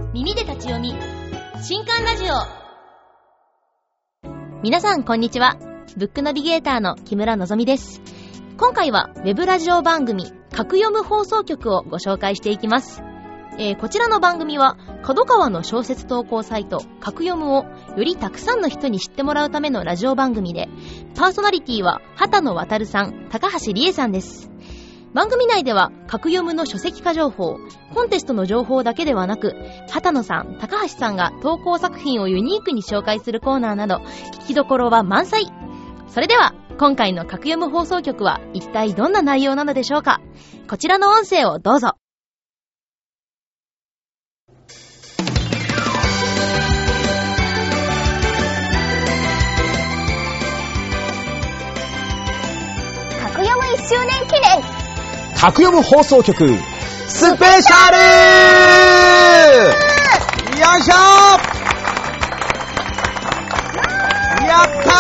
耳で立ち読み新刊ラジオ。皆さんこんにちは。ブックナビゲーターの木村のぞみです。今回はウェブラジオ番組格読む放送局をご紹介していきます。こちらの番組は角川の小説投稿サイト格読むをよりたくさんの人に知ってもらうためのラジオ番組で、パーソナリティは畑野渡さん、高橋理恵さんです。番組内では格読むの書籍化情報、コンテストの情報だけではなく、畑野さん、高橋さんが投稿作品をユニークに紹介するコーナーなど、聞きどころは満載。それでは今回の格読む放送局は一体どんな内容なのでしょうか。こちらの音声をどうぞ。 格読む1周年記念格読む放送局スペシャルよいしょやった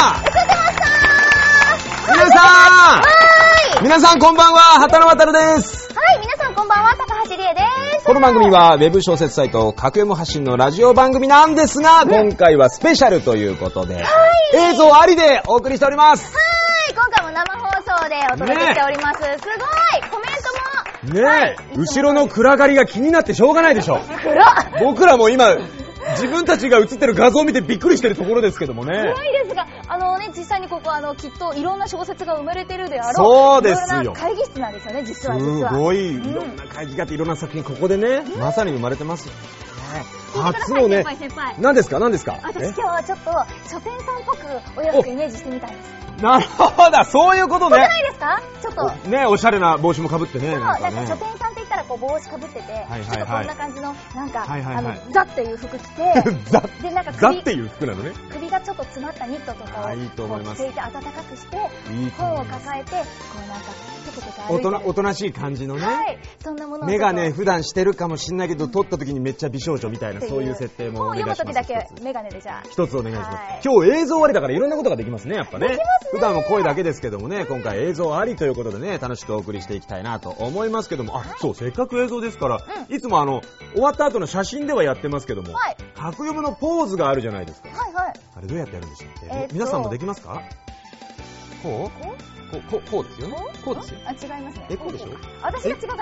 ー。皆さんこんばんは、畑野渡です。 はい、皆さんこんばんは、高橋理恵です。 この番組はウェブ小説サイト格読む発信のラジオ番組なんですが、今回はスペシャルということで、映像ありでお送りしております。 今回も生放送でお届けしております。すごいコメントもねえ、後ろの暗がりが気になってしょうがないでしょ。僕らも今自分たちが映ってる画像を見てびっくりしてるところですけどもね。 すごいですが、実際にここきっといろんな小説が生まれてるであろう。 そうですよ。 いろんな会議室なんですよね、実は。 すごい、いろんな会議があっていろんな作品ここでね、まさに生まれてますよね。初のね、何ですか私今日はちょっと書店さんっぽくお洋服イメージしてみたんです。 なるほど、そういうことね。 じゃないですか？ちょっとね、おしゃれな帽子もかぶってね。 なんか書店さんって言ったらこう帽子かぶってて、ちょっとこんな感じのなんかザっていう服着て、でなんかザっていう服なのね。 首がちょっと詰まったニットとかを着ていて暖かくして本を抱えてこうなんかテクテク歩いておとなしい感じのね。 はい、そんなものをメガネ普段してるかもしれないけど、撮った時にめっちゃ美少女みたいな、そういう設定もお願いします。 本を読む時だけメガネでじゃあ一つお願いします。今日映像ありだからいろんなことができますね、やっぱね。普段は声だけですけどもね、今回映像ありということでね、楽しくお送りしていきたいなと思いますけども、そう、せっかく映像ですから、いつも終わった後の写真ではやってますけども、格読むのポーズがあるじゃないですか。あれどうやってやるんでしょうって。皆さんもできますか？こうですよね。こうですよ。 違いますね。 こうでしょ？ 私が違かった。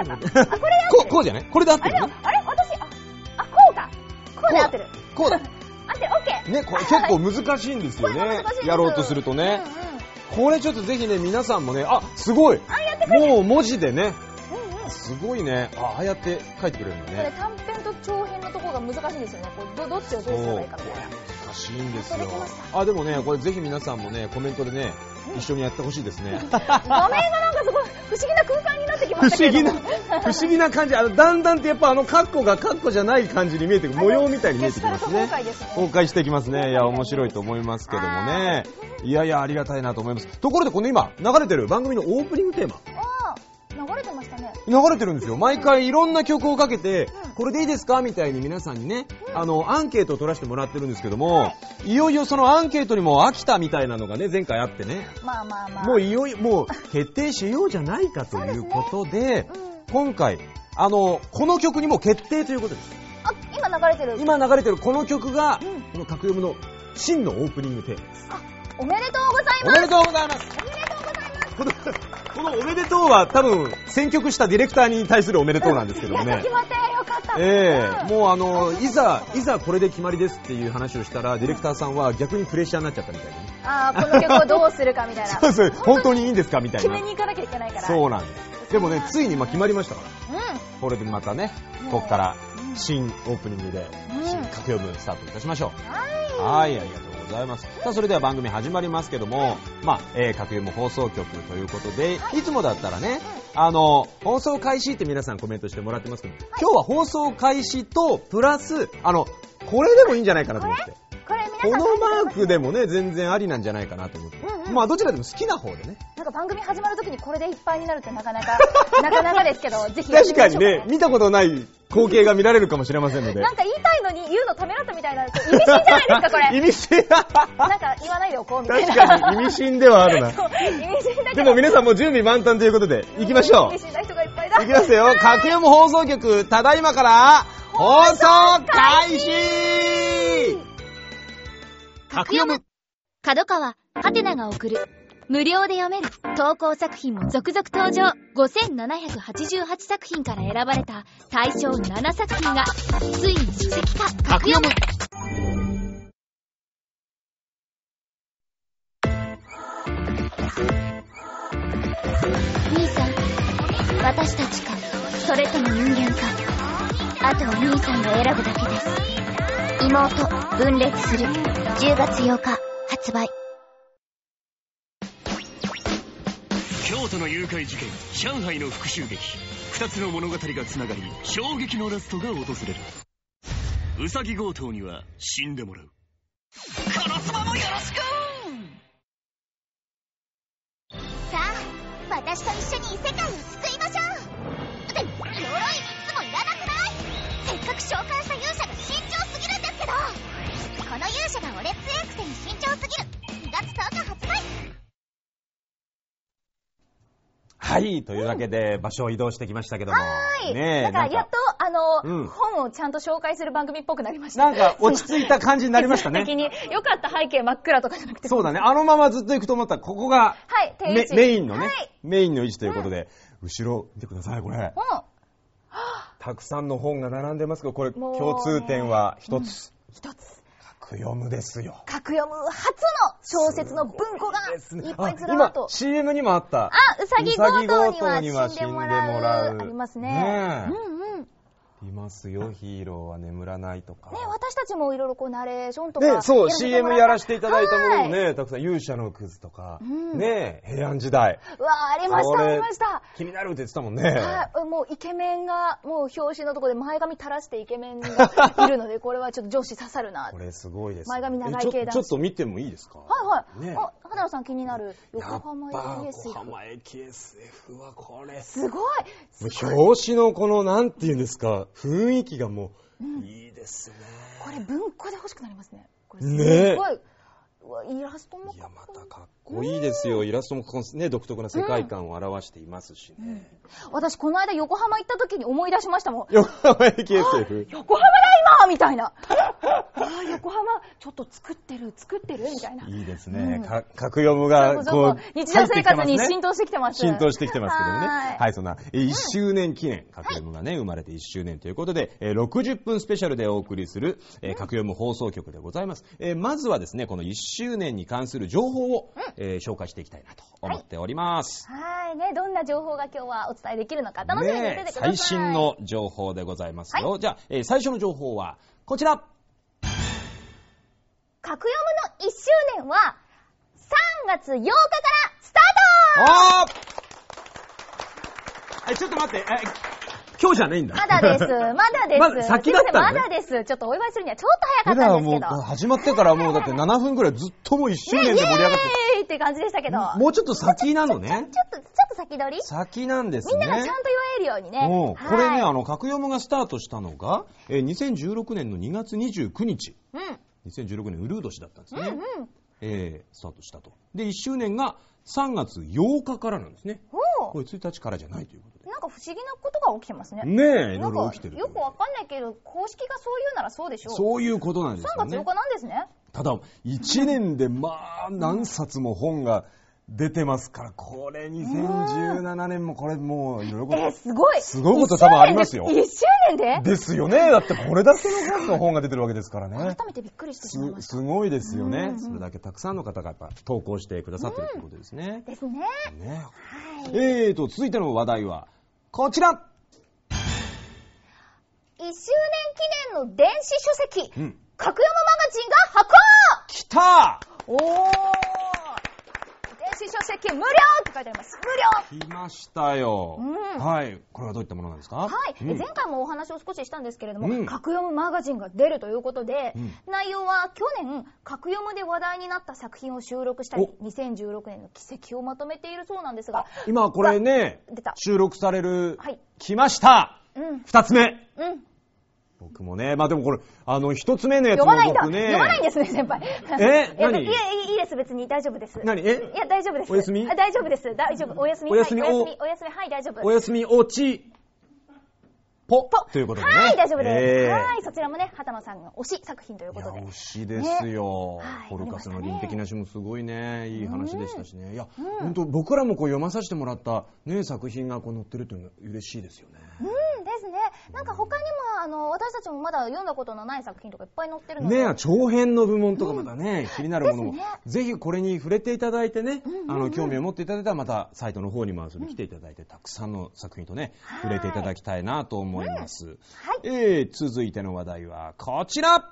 これこうじゃない？これで合ってるね。 あれ私、こうか。こうで合ってる。 こうだ。 合ってる、オッケー。 ね、これ結構難しいんですよね。やろうとするとね。これちょっとぜひね、皆さんもね、すごい。もう文字でね。すごいね。ああやって書いてくれるんだね。 これ短編と長編のところが難しいんですよね。どっちをどうすればいいかみたいな。 難しいんですよ。でもね、これぜひ皆さんもね、コメントでね、一緒にやってほしいですね。 画面がなんかすごい不思議な空間になってきましたけど。 不思議な感じ。だんだんってやっぱカッコがカッコじゃない感じに見えてくる。模様みたいに見えてきますね。崩壊してきますね。いや、面白いと思いますけどもね。いやいや、ありがたいなと思います。ところでこの今流れてる番組のオープニングテーマ。 流れてましたね。 流れてるんですよ。毎回いろんな曲をかけて、これでいいですかみたいに皆さんにね、アンケートを取らせてもらってるんですけども、いよいよそのアンケートにも飽きたみたいなのがね、前回あってね。もういよいよ、もう決定しようじゃないかということで、今回、この曲にも決定ということです。 今流れてるこの曲が、 この格読むの真のオープニングテーマです。 おめでとうございます。 おめでとうございます。このおめでとうは多分選曲したディレクターに対するおめでとうなんですけどもね。 決まってよかった。 もういざこれで決まりですっていう話をしたら、ディレクターさんは逆にプレッシャーになっちゃったみたいでね。 この曲をどうするかみたいな。 そう本当にいいんですかみたいな。 決めに行かなきゃいけないから。 そうなんです。でもね、ついに決まりましたから。これでまたね、ここから新オープニングで格読むスタートいたしましょう。はい、ありがとうございます。さあ、それでは番組始まりますけども、格読む放送局ということで、いつもだったらね、放送開始って皆さんコメントしてもらってますけど、今日は放送開始とプラスこれでもいいんじゃないかなと思って。このマークでもね、全然ありなんじゃないかなと思って。どちらでも好きな方でね。 なんか番組始まるときにこれでいっぱいになるってなかなかですけど、ぜひやってみましょう。 確かにね、見たことない光景が見られるかもしれませんので。 なんか言いたいのに言うのためらったみたいな、意味深じゃないですか、これ。 意味深なんか言わないでおこうみたいな。 確かに意味深ではあるな。 意味深だけど。 でも皆さんもう準備満タンということで、行きましょう。 意味深な人がいっぱいだ。 行きますよ。格読む放送局、ただいまから、 放送開始。格読む。 角川ハテナが送る無料で読める投稿作品も続々登場。5788作品から選ばれた大賞7作品がついに書籍化。格読む。兄さん、私たちか、それとも人間か、あとは兄さんが選ぶだけです。妹分裂する、10月8日発売。 京都の誘拐事件、上海の復讐劇、2つの物語がつながり、衝撃のラストが訪れる。ウサギ強盗には死んでもらう。この妻もよろしく。 さあ、私と一緒に世界を救いましょう。で、鎧3つもいらなくない？せっかく召喚した勇者が慎重すぎるんですけど。この勇者が俺強いくせに慎重すぎる。2月10日発売。 はい、というわけで場所を移動してきましたけども。 ねえ。だからやっと本をちゃんと紹介する番組っぽくなりました。 なんか落ち着いた感じになりましたね。 的によかった背景真っ暗とかじゃなくて。 そうだね。あのままずっと行くと思ったらここがメインのね、メインの位置ということで、後ろ見てくださいこれ。たくさんの本が並んでますけど、これ共通点は一つ。格読むですよ。 格読む初の小説の文庫がいっぱいずらっと。 今 CM にもあった。 うさぎ強盗には死んでもらう。ありますね。 いますよ、ヒーローは眠らないとか。 ね、私たちもいろいろこうナレーションとか。 ね、そう、CM やらせていただいたものもね、たくさん勇者のクズとか、ね、平安時代。 うわー、ありました、ありました。 気になるって言ってたもんね。 はい、もうイケメンが、もう表紙のところで前髪垂らしてイケメンがいるので、これはちょっと女子刺さるな。 これすごいです。 前髪長い系だ。 ちょっと見てもいいですか？ はいはい。花野さん気になる横浜駅 SF。 横浜駅 SF はこれ。 すごい。 表紙のこの、なんていうんですか、雰囲気がもう、いいですね。 これ文庫で欲しくなりますね。これすごい。イラストもいや、またかっこいいですよ。イラストもね、独特な世界観を表していますしね。 私、この間横浜行った時に思い出しましたもん。 横浜駅 SF。 横浜だ今みたいな。横浜、ちょっと作ってるみたいな。 いいですね。格読むが、こう、 日常生活に浸透してきてます。 浸透してきてますけどもね。はい、そんな、1周年記念、格読むがね、生まれて1周年ということで、60分スペシャルでお送りする、格読む放送局でございます。まずはですね、この1周年に関する情報を、紹介していきたいなと思っております。 はいね、どんな情報が今日はお伝えできるのか楽しみにしててください。 最新の情報でございますよ。じゃあ、最初の情報はこちら。 格読むの1周年は3月8日からスタート。 ちょっと待って、今日じゃないんだ。 まだです。 まだ先だったのね。 まだです。ちょっとお祝いするにはちょっと早かったんですけど。 もう始まってからもうだって7分くらいずっともう1周年で盛り上がって。 イエーイって感じでしたけど。 もうちょっと先なのね。 ちょっと先取り？ 先なんですね。 みんながちゃんと言えるようにね。 これね、格読むがスタートしたのが、2016年の2月29日。2016年ウルー年だったんですね。スタートしたと。で、1周年が3月8日からなんですね。これ1日からじゃないということで。 なんか不思議なことが起きてますね。 ねえ、いろいろ起きてる。 よくわかんないけど、公式がそう言うならそうでしょう。 そういうことなんですよね。 3月8日なんですね。 ただ、1年で何冊も本が出てますから、これ2017年もこれもういろいろすごいこと多分ありますよ。 1周年でですよね。だってこれだけの数の本が出てるわけですからね。 改めてびっくりしてしまいました。 すごいですよね。それだけたくさんの方が投稿してくださってるということですね。 ですね。 はい。続いての話題はこちら。1 周年記念の電子書籍、格読むマガジンが発行。 きたー。電子書籍無料って書いてあります。無料。 来ましたよ。はい。これはどういったものなんですか？ はい。前回もお話を少ししたんですけれども、格読むマガジンが出るということで、内容は去年、格読むで話題になった作品を収録したり、2016年の奇跡をまとめているそうなんですが。 今これね、収録される、来ました。2つ目。僕もね、でもこれ、一つ目のやつも僕ね。 読まないんですね、先輩。 何？ いいです、別に大丈夫です。 何？ いや、大丈夫です。 お休み？ 大丈夫です。大丈夫。お休み。 お休み。 はい、大丈夫。 お休み、おち。 ポということでね。 はい、大丈夫です。はい、そちらもね、畑野さんの推し作品ということで。 推しですよ。 はいポルカスの輪的な詩もすごいね、いい話でしたしね。いや、本当僕らもこう読まさせてもらったね、作品がこう載ってるというのは嬉しいですよね。 ですね。なんか他にも、私たちもまだ読んだことのない作品とかいっぱい載ってるので。 ね、長編の部門とかまたね、気になるものも、ぜひこれに触れていただいてね、興味を持っていただいたらまたサイトの方にも遊びに来ていただいて、たくさんの作品とね、触れていただきたいなと思います。続いての話題はこちら。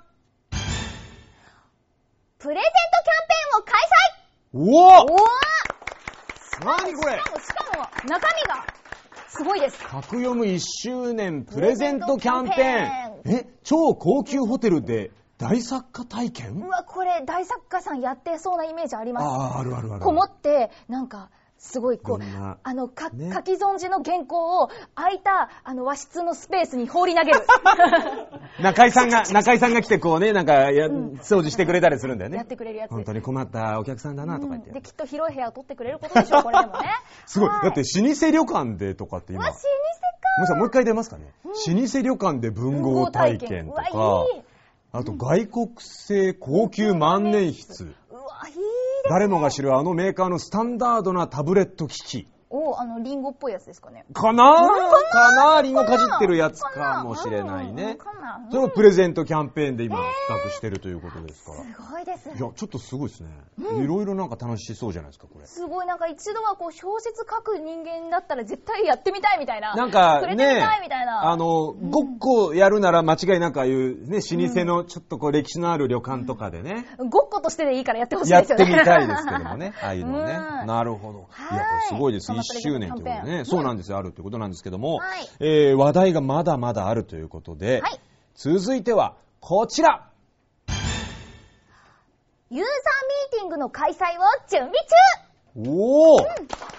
プレゼントキャンペーンを開催。 おお、何これ。 しかも中身がすごいです。 格読む1周年プレゼントキャンペーン。超高級ホテルで大作家体験。 うわ、これ大作家さんやってそうなイメージあります。 あるあるある。 こもってなんかすごいこう書き損じの原稿を空いた和室のスペースに放り投げる。 中井さんが来てこうね、なんか掃除してくれたりするんだよね。 やってくれるやつ。 本当に困ったお客さんだなとか言って。 できっと広い部屋を取ってくれることでしょう、これでもね。 すごい。だって老舗旅館でとかって今。 老舗か。 もう一回出ますかね。老舗旅館で文豪体験とか。あと外国製高級万年筆。 うわ、いい。 誰もが知るあのメーカーのスタンダードなタブレット機器。 リンゴっぽいやつですかね。 かなリンゴかじってるやつかもしれないね。それをプレゼントキャンペーンで今企画してるということですから。 すごいです。 いや、ちょっとすごいですね。いろいろなんか楽しそうじゃないですか、これ。 すごい、なんか一度はこう小説書く人間だったら絶対やってみたいみたいな。 なんか触れてみたいみたいな。 ごっこやるなら間違いなくああいうね、老舗のちょっとこう歴史のある旅館とかでね。 ごっことしてでいいからやってほしいですよね。 やってみたいですけどもね。ああいうのね。なるほど。いや、これすごいです。1周年ということでね。そうなんですよ、あるということなんですけども、話題がまだまだあるということで、続いてはこちら。 ユーザーミーティングの開催を準備中。 おー、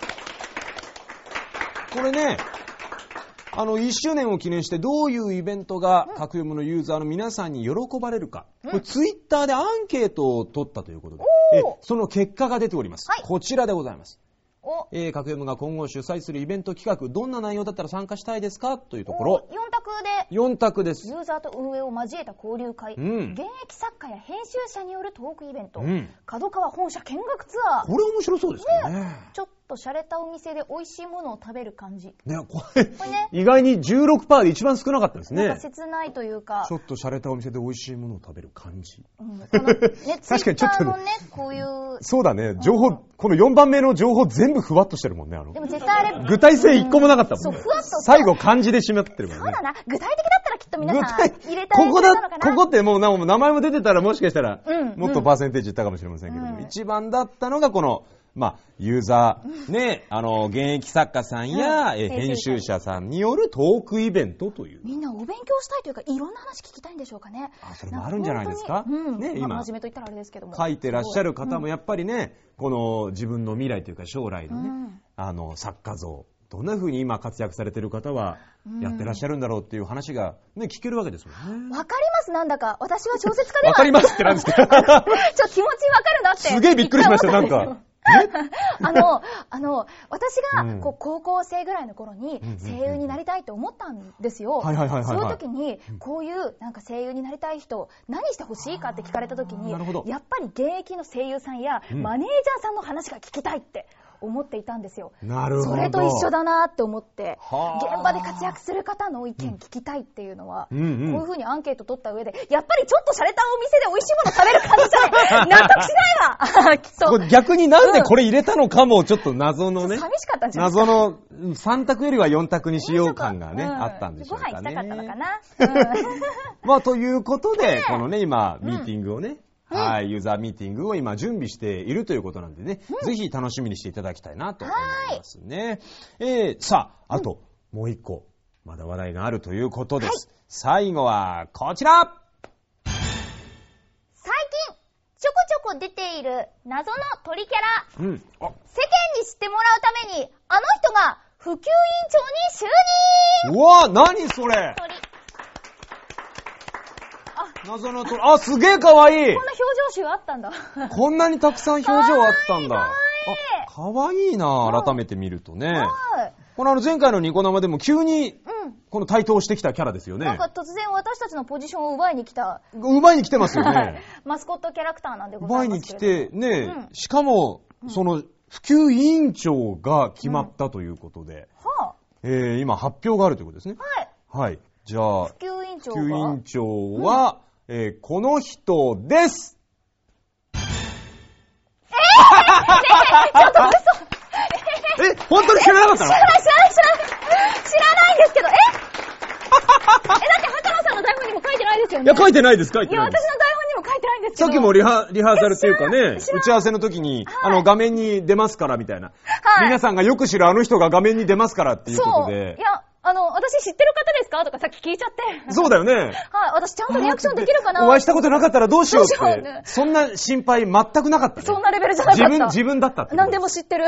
これね、1周年を記念してどういうイベントが格読むのユーザーの皆さんに喜ばれるか、これツイッターでアンケートを取ったということで、その結果が出ております。こちらでございます。格読むが今後主催するイベント企画、どんな内容だったら参加したいですかというところ。4択です。 ユーザーと運営を交えた交流会、現役作家や編集者によるトークイベント、角川本社見学ツアー。 これ面白そうですね。 ちょっと洒落たお店で美味しいものを食べる感じ。 ね、これ意外に 16% で一番少なかったですね。 なんか切ないというか。 ちょっと洒落たお店で美味しいものを食べる感じ。 確かにちょっとね、こういう。 そうだね、情報、この4番目の情報全部ふわっとしてるもんね。 でも絶対あれ。 具体性1個もなかったもんね。 そう、ふわっと。 最後漢字で締まってるもんね。 そうだな。具体的だったらきっと皆さん入れたいのかな。 ここってもう名前も出てたらもしかしたら、もっとパーセンテージいったかもしれませんけども、一番だったのがこの、ユーザー、ね、現役作家さんや、編集者さんによるトークイベントという。 みんなお勉強したいというか、いろんな話聞きたいんでしょうかね。 それもあるんじゃないですか。 ね、今。真面目と言ったらあれですけども。 書いてらっしゃる方もやっぱりね、この自分の未来というか将来のね、作家像、どんな風に今活躍されてる方はやってらっしゃるんだろうっていう話がね、聞けるわけですもんね。 わかります、なんだか。私は小説家では。 わかりますってなんですか。 気持ちわかるなって。 すげえびっくりしました、なんか。 私が高校生ぐらいの頃に声優になりたいと思ったんですよ。そういう時にこういうなんか声優になりたい人何してほしいかって聞かれた時に、やっぱり現役の声優さんやマネージャーさんの話が聞きたいって思っていたんですよ。 なるほど。 それと一緒だなって思って、現場で活躍する方の意見聞きたいっていうのは、こういう風にアンケート取った上で、やっぱりちょっと洒落たお店で美味しいもの食べる感じじゃない納得しないわきっと。 逆になんでこれ入れたのかもちょっと謎のね、 寂しかったんじゃないですか。 謎の3択よりは4択にしよう感がね、あったんでしょうかね。 ご飯行きたかったのかな。 ということで、このね、今、ミーティングをね、ユーザーミーティングを今準備しているということなんでね、ぜひ楽しみにしていただきたいなと思いますね。さあ、あともう一個、まだ話題があるということです。最後はこちら。 最近、ちょこちょこ出ている謎の鳥キャラ、世間に知ってもらうために、あの人が普及委員長に就任。 うわ、何それ。謎の鳥、すげえかわいい。こんな表情集あったんだ。 こんなにたくさん表情あったんだ。かわいいな、改めて見るとね。この前回のニコ生でも急に、 この台頭してきたキャラですよね。 なんか突然私たちのポジションを奪いに来た。 奪いに来てますよね。 マスコットキャラクターなんでございますけれども。 奪いに来て、ね、しかも、その、普及委員長が決まったということで、今発表があるということですね。はい。じゃあ、 普及委員長は、この人です。 ちょっと嘘。 本当に知らなかったの？知らないんですけど、だって畑野さんの台本にも書いてないですよね。 いや、書いてないです。 いや、私の台本にも書いてないんですけど。 さっきもリハーサルっていうかね、打ち合わせの時に、画面に出ますからみたいな。皆さんがよく知るあの人が画面に出ますからっていうことで。 いや、私知ってる方ですかとかさっき聞いちゃって。 そうだよね。 はい、私ちゃんとリアクションできるかな。 お会いしたことなかったらどうしようって。そんな心配全くなかった、ね。 そんなレベルじゃなかった。 自分だったって。 何でも知ってる。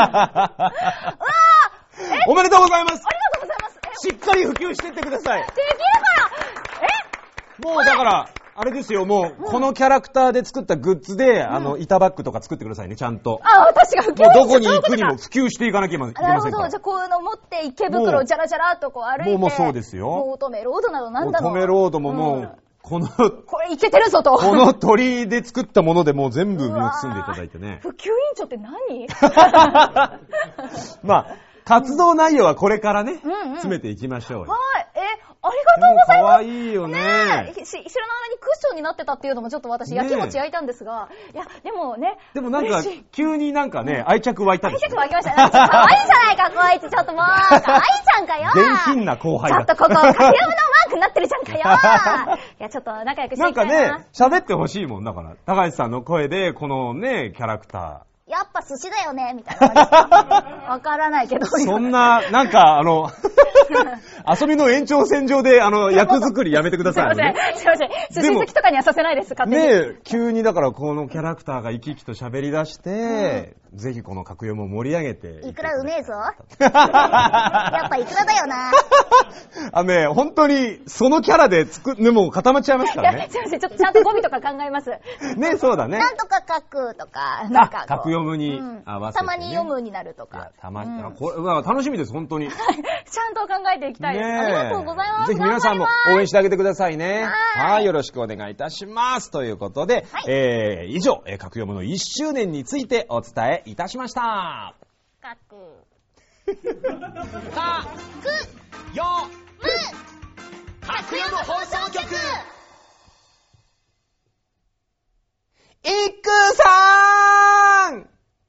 おめでとうございます。 ありがとうございます。 しっかり普及してってください。 できるから。 もうだから、あれですよ、もう、このキャラクターで作ったグッズで、板バッグとか作ってくださいね、ちゃんと。 私が普及どこに行くにも普及していかなきゃいけませんから。 なるほど。じゃあこういうの持って池袋をジャラジャラっとこう歩いて。 もうそうですよ。 もう乙女ロードなどなんだろう。 乙女ロードももう、これいけてるぞと。 この鳥で作ったものでもう全部身を包んでいただいてね。 普及委員長って何？ まあ、活動内容はこれからね、詰めていきましょうよ。 はい。ありがとうございます。 かわいいよね。 知らない間にクッションになってたっていうのもちょっと私、焼きもち焼いたんですが、いや、でもね。 でもなんか、急になんかね、愛着湧いたでしょ。 愛着湧きましたね。かわいいじゃないか、こいつ。ちょっともう、かわいいじゃんかよ。 全品な後輩だ。 ちょっとここ、かけ読むのマークになってるじゃんかよ。いや、ちょっと仲良くしていきたいな。 なんかね、喋ってほしいもんだから。高橋さんの声で、このね、キャラクター。 やっぱ寿司だよね、みたいな感じ。わからないけど。 そんな、なんか、遊びの延長線上で、役作りやめてください。 すいません。寿司好きとかにはさせないです、勝手に。 ねえ、急にだからこのキャラクターが生き生きと喋り出して、ぜひこの格読も盛り上げて。 いくらうめえぞ。やっぱいくらだよな。 ね、本当に、そのキャラでもう固まっちゃいますからね。 いや、すいません、ちょっとちゃんと語尾とか考えます。 ね、そうだね。 なんとか書くとか、なんか。 格読むに合わせて、 たまに読むになるとか。 たまに、これは楽しみです、本当に。 ちゃんと考えていきたいです。ありがとうございます。 ぜひ皆さんも応援してあげてくださいね。はい、よろしくお願いいたします。ということで、以上、格読むの1周年についてお伝えいたしました。 格読む放送局。 いくさん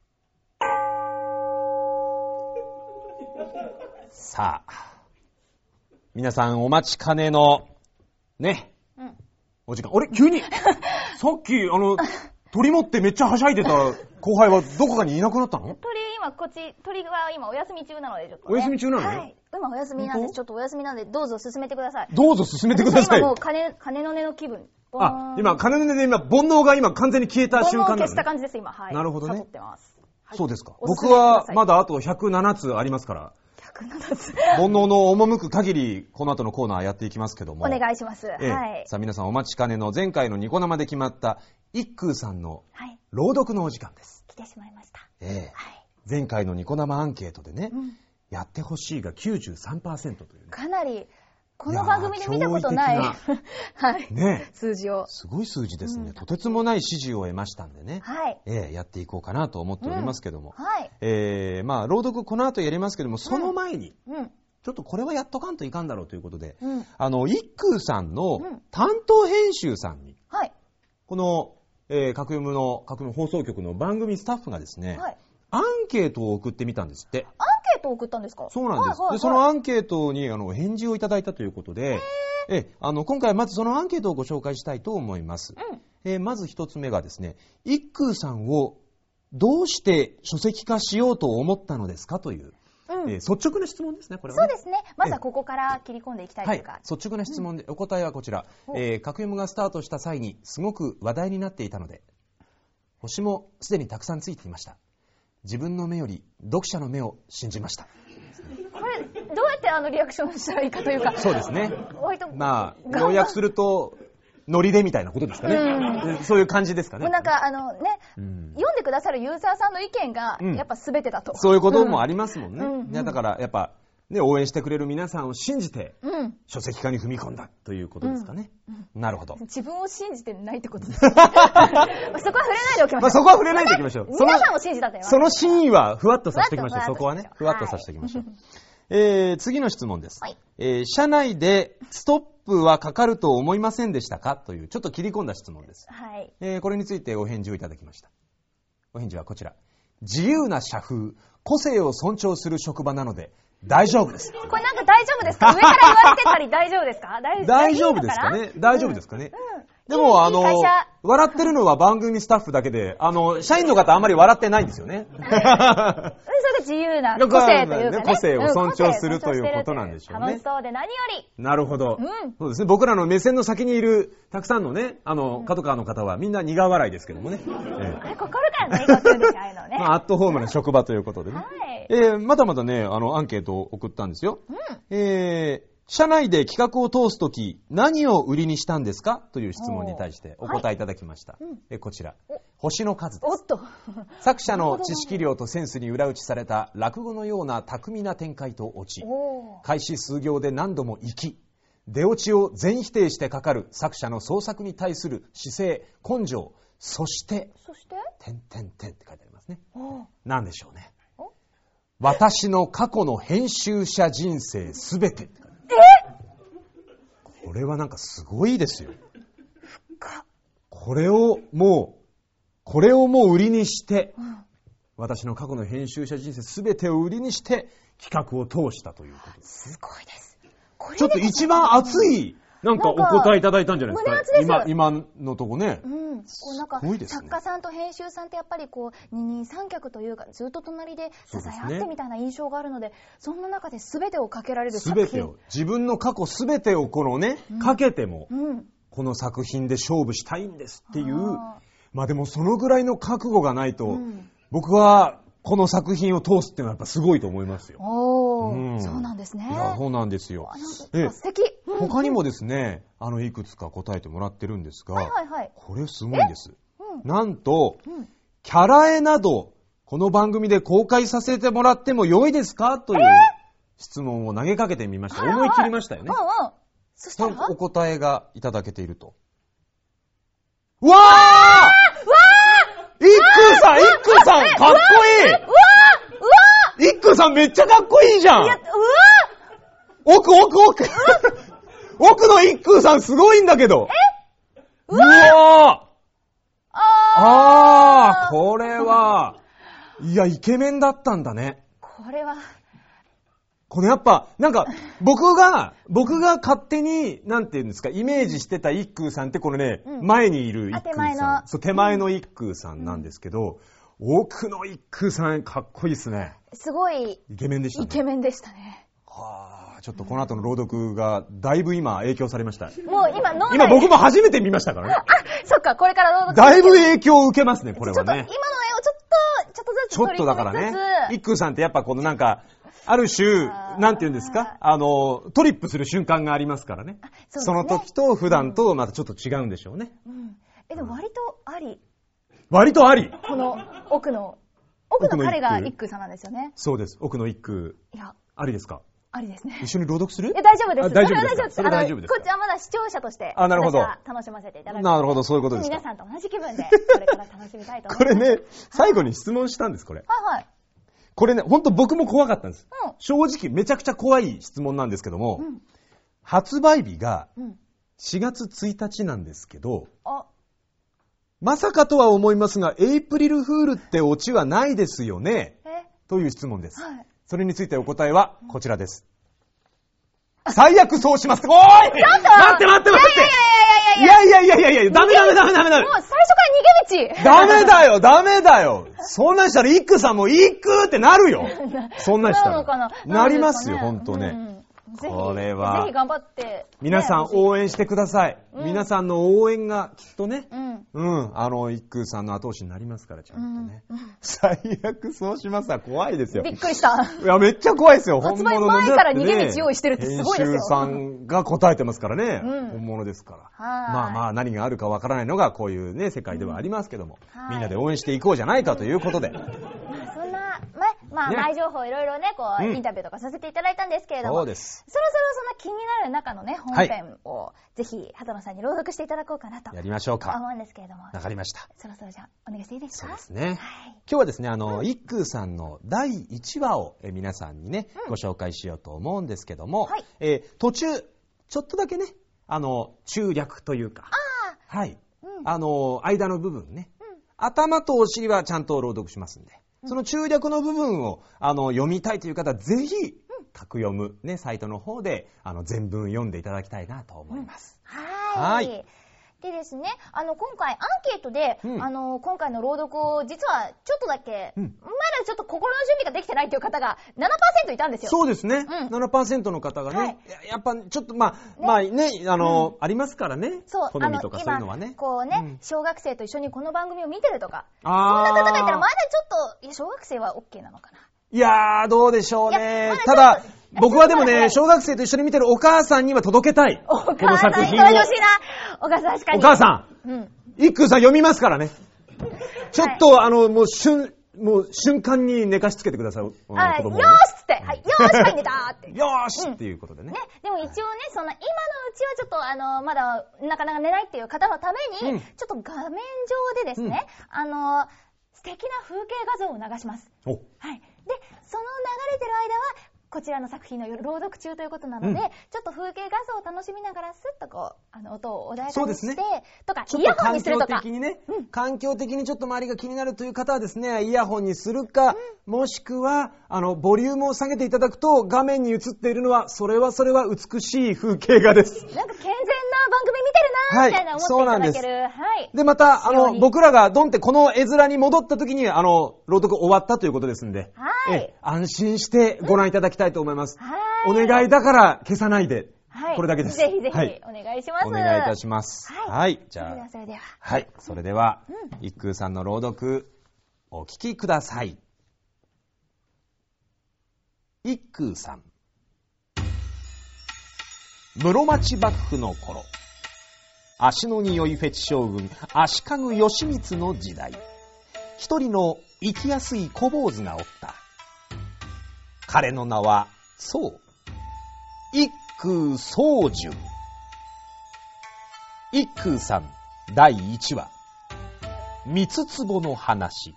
さあ、皆さんお待ちかねの、ね、お時間。あれ急に、さっき、鳥持ってめっちゃはしゃいでた後輩はどこかにいなくなったの？ 鳥は今お休み中なので、ちょっと、ね。 お休み中なの？はい。 今お休みなんです。ちょっとお休みなんで、どうぞ進めてください。 どうぞ進めてください。 今もう鐘の音の気分。 今、鐘の音で煩悩が今完全に消えた瞬間なのね。 煩悩を消した感じです、今。はい。 なるほどね。 悟ってます。 そうですか。僕はまだあと107つありますから。 107つ。 煩悩の赴く限り、この後のコーナーやっていきますけども。 お願いします。はい。 さあ皆さんお待ちかねの前回のニコ生で決まった一空さんの朗読のお時間です。 来てしまいました。 前回のニコ生アンケートでね、やってほしいが 93% という、ね。 かなり、この番組で見たことない、はい、 ね、 数字を。 すごい数字ですね。とてつもない支持を得ましたんでね。 はい。 やっていこうかなと思っておりますけども。 はい。 まあ、朗読この後やりますけども、その前に、ちょっとこれはやっとかんといかんだろうということで、一空さんの担当編集さんに、 はい。 この、格読む放送局の番組スタッフがですね、 はい。 アンケートを送ってみたんですって。 アンケートを送ったんですか？ そうなんです。で、そのアンケートに返事をいただいたということで、今回はまずそのアンケートをご紹介したいと思います。まず一つ目がですね、一空さんをどうして書籍化しようと思ったのですかという、率直な質問ですね、これは、ね。そうですね。まずはここから切り込んでいきたいというか。 率直な質問で、お答えはこちら。格読むがスタートした際にすごく話題になっていたので、星もすでにたくさんついていました。自分の目より読者の目を信じました。 これ、どうやってリアクションしたらいいかというか。 そうですね。まあ、要約すると、ノリでみたいなことですかね。そういう感じですかね。 もうなんか、読んでくださるユーザーさんの意見が、やっぱ全てだと。 そういうこともありますもんね。いや、だから、やっぱ、 ね、応援してくれる皆さんを信じて、 うん。 書籍化に踏み込んだということですかね。なるほど。 自分を信じてないってことですね。そこは触れないでおきましょう。 そこは触れないでおきましょう。 皆さんを信じたってその真意はふわっとさせておきましょう。 ふわっとそこはね、ふわっとさせておきましょう。次の質問です。 はい社内でストップはかかると思いませんでしたかというちょっと切り込んだ質問です。 はい。 これについてお返事をいただきました。お返事はこちら。自由な社風、個性を尊重する職場なので大丈夫です。 これなんか大丈夫ですか？上から言われてたり大丈夫ですか？ 大丈夫ですかね？大丈夫ですかね？でも、 いい会社笑ってるのは番組スタッフだけで、社員の方あんまり笑ってないんですよね。 それが自由な個性というかね。 個性を尊重するということなんでしょうね。 楽しそうで何より。 なるほど。 うん。 そうですね。僕らの目線の先にいるたくさんのね、角川の方はみんな苦笑いですけどもね。 あれ、心からの笑顔って言うんですよ、ああいうのね。 まあ、アットホームな職場ということでね。 はい。 まだまだね、アンケートを送ったんですよ。社内で企画を通すとき、何を売りにしたんですかという質問に対してお答えいただきました。こちら、星の数です。 おっと。 作者の知識量とセンスに裏打ちされた落語のような巧みな展開とオチ。開始数行で何度も行き、出落ちを全否定してかかる作者の創作に対する姿勢、根性、そして、点々点って書いてありますね。何でしょうね。私の過去の編集者人生すべて。これはなんかすごいですよ。これをもう売りにして、私の過去の編集者人生すべてを売りにして企画を通したということです。 すごいです。 ちょっと一番熱いなんかお答えいただいたんじゃないですか。 胸熱です。 今のとこね。 こうなんか作家さんと編集さんってやっぱりこう二人三脚というかずっと隣で支え合ってみたいな印象があるので、そんな中で全てをかけられる作品。 全てを、自分の過去全てをこのね、かけても、この作品で勝負したいんですっていう、まあでもそのぐらいの覚悟がないと、僕はこの作品を通すっていうのはやっぱすごいと思いますよ。 そうなんですね。 いや、そうなんですよ。 素敵。 他にもですね、いくつか答えてもらってるんですが、これすごいんです。なんと、キャラ絵など、この番組で公開させてもらっても良いですかという質問を投げかけてみました。思い切りましたよね。 そしたらお答えがいただけていると。うわー！一空さんかっこいい！一空さんめっちゃかっこいいじゃん！奥の一空さんすごいんだけど。うわー！これは、いや、イケメンだったんだね。これやっぱ、なんか、僕が勝手に、なんていうんですか、イメージしてた一空さんってこれね、前にいる一空さん。手前の一空さんなんですけど、奥の一空さんかっこいいですね。 すごい。 イケメンでしたね。 イケメンでしたね。 はぁ、ちょっとこの後の朗読がだいぶ今影響されました。 もう今僕も初めて見ましたからね。 そっか、これから朗読だいぶ影響を受けますね、これはね。 今の絵をちょっとずつちょっとだからね、一空さんってやっぱこのなんか、ある種、なんて言うんですか、トリップする瞬間がありますからね。その時と普段とまたちょっと違うんでしょうね。 でも割とあり。 割とあり。 この奥の彼が一空さんなんですよね。 そうです。奥の一空。いや。ありですか？ ありですね。 一緒に朗読する？ 大丈夫です。 大丈夫です。それ大丈夫です。 こっちはまだ視聴者として、 なるほど。 楽しませていただく。 なるほど、そういうことですか。 皆さんと同じ気分で、これから楽しみたいと思います。 これね、最後に質問したんです、これ。これね、ほんと僕も怖かったんです。正直めちゃくちゃ怖い質問なんですけども、発売日が4月1日なんですけど、まさかとは思いますが、エイプリルフールってオチはないですよねという質問です。それについてお答えはこちらです。最悪そうします。おーい！待っていや、ダメ。もう最初から逃げ道。 ダメだよ。そんなんしたらイックさんもイックってなるよ。そんなんしたら。なりますよ、ほんとね。これは。 ぜひ頑張って。 皆さん応援してください。皆さんの応援がきっとね、一空さんの後押しになりますから、ちゃんとね。最悪そうしますわ。怖いですよ。 びっくりした。 いや、めっちゃ怖いですよ。 発売前から逃げ道用意してるってすごいですよ。 編集さんが答えてますからね。本物ですから。まあ何があるかわからないのがこういうね、世界ではありますけども、みんなで応援していこうじゃないかということで。 そんな、 まあ、 ね、 前情報いろいろね、こう、インタビューとかさせていただいたんですけれども、 そうです。 そろそろその気になる中のね、本編を、ぜひ、畑野さんに朗読していただこうかなと。 やりましょうか。 思うんですけれども。 わかりました。 そろそろじゃあ、お願いしていいですか？ そうですね。 はい、 今日はですね、一空さんの第1話を皆さんにね、ご紹介しようと思うんですけども、途中、ちょっとだけね、中略というか、はい。間の部分ね、頭とお尻はちゃんと朗読しますんで、その中略の部分を読みたいという方はぜひ格読む、ね、サイトの方で全文読んでいただきたいなと思います。 はい。でですね、今回アンケートで、今回の朗読を実はちょっとだけ、まだちょっと心の準備ができてないという方が 7% いたんですよ。 そうですね。7% の方がね、やっぱちょっとまあね、ありますからね。 そう、 好みとかそういうのはね。 こうね、小学生と一緒にこの番組を見てるとか、そんな方がいたらまだちょっと、いや、小学生は OK なのかな。 いやー、どうでしょうね。ただ、僕はでもね、小学生と一緒に見てるお母さんには届けたい。 お母さんに届いてほしいな。お母さん確かに。 お母さん。一空さん読みますからね。ちょっともう瞬間に寝かしつけてください。よーしっつって。はい、よーし、はい寝たーって。 よーしっていうことでね。 でも一応ね、そんな今のうちはちょっとまだなかなか寝ないっていう方のために、ちょっと画面上でですね、素敵な風景画像を流します。はい。で、その流れてる間は、こちらの作品の朗読中ということなので、ちょっと風景画像を楽しみながらスッとこう音を穏やかにして、とかイヤホンにするとか、 環境的にちょっと周りが気になるという方はですね、イヤホンにするか、もしくはボリュームを下げていただくと画面に映っているのはそれは美しい風景画です。 なんか健全な番組見てるなーみたいな思っていただける。はい。 でまた僕らがドンってこの絵面に戻った時に朗読終わったということですんで、安心してご覧いただきたいと思います。お願いだから消さないで。これだけです。 ぜひぜひお願いします。 お願いいたします。はい。じゃあ、それでは、一空さんの朗読、お聞きください。一空さん。室町幕府の頃、足の匂いフェチ将軍、足利義満の時代、一人の生きやすい小坊主がおった。彼の名は、そう、一空宗純。一空さん第1話、三つ壺の話。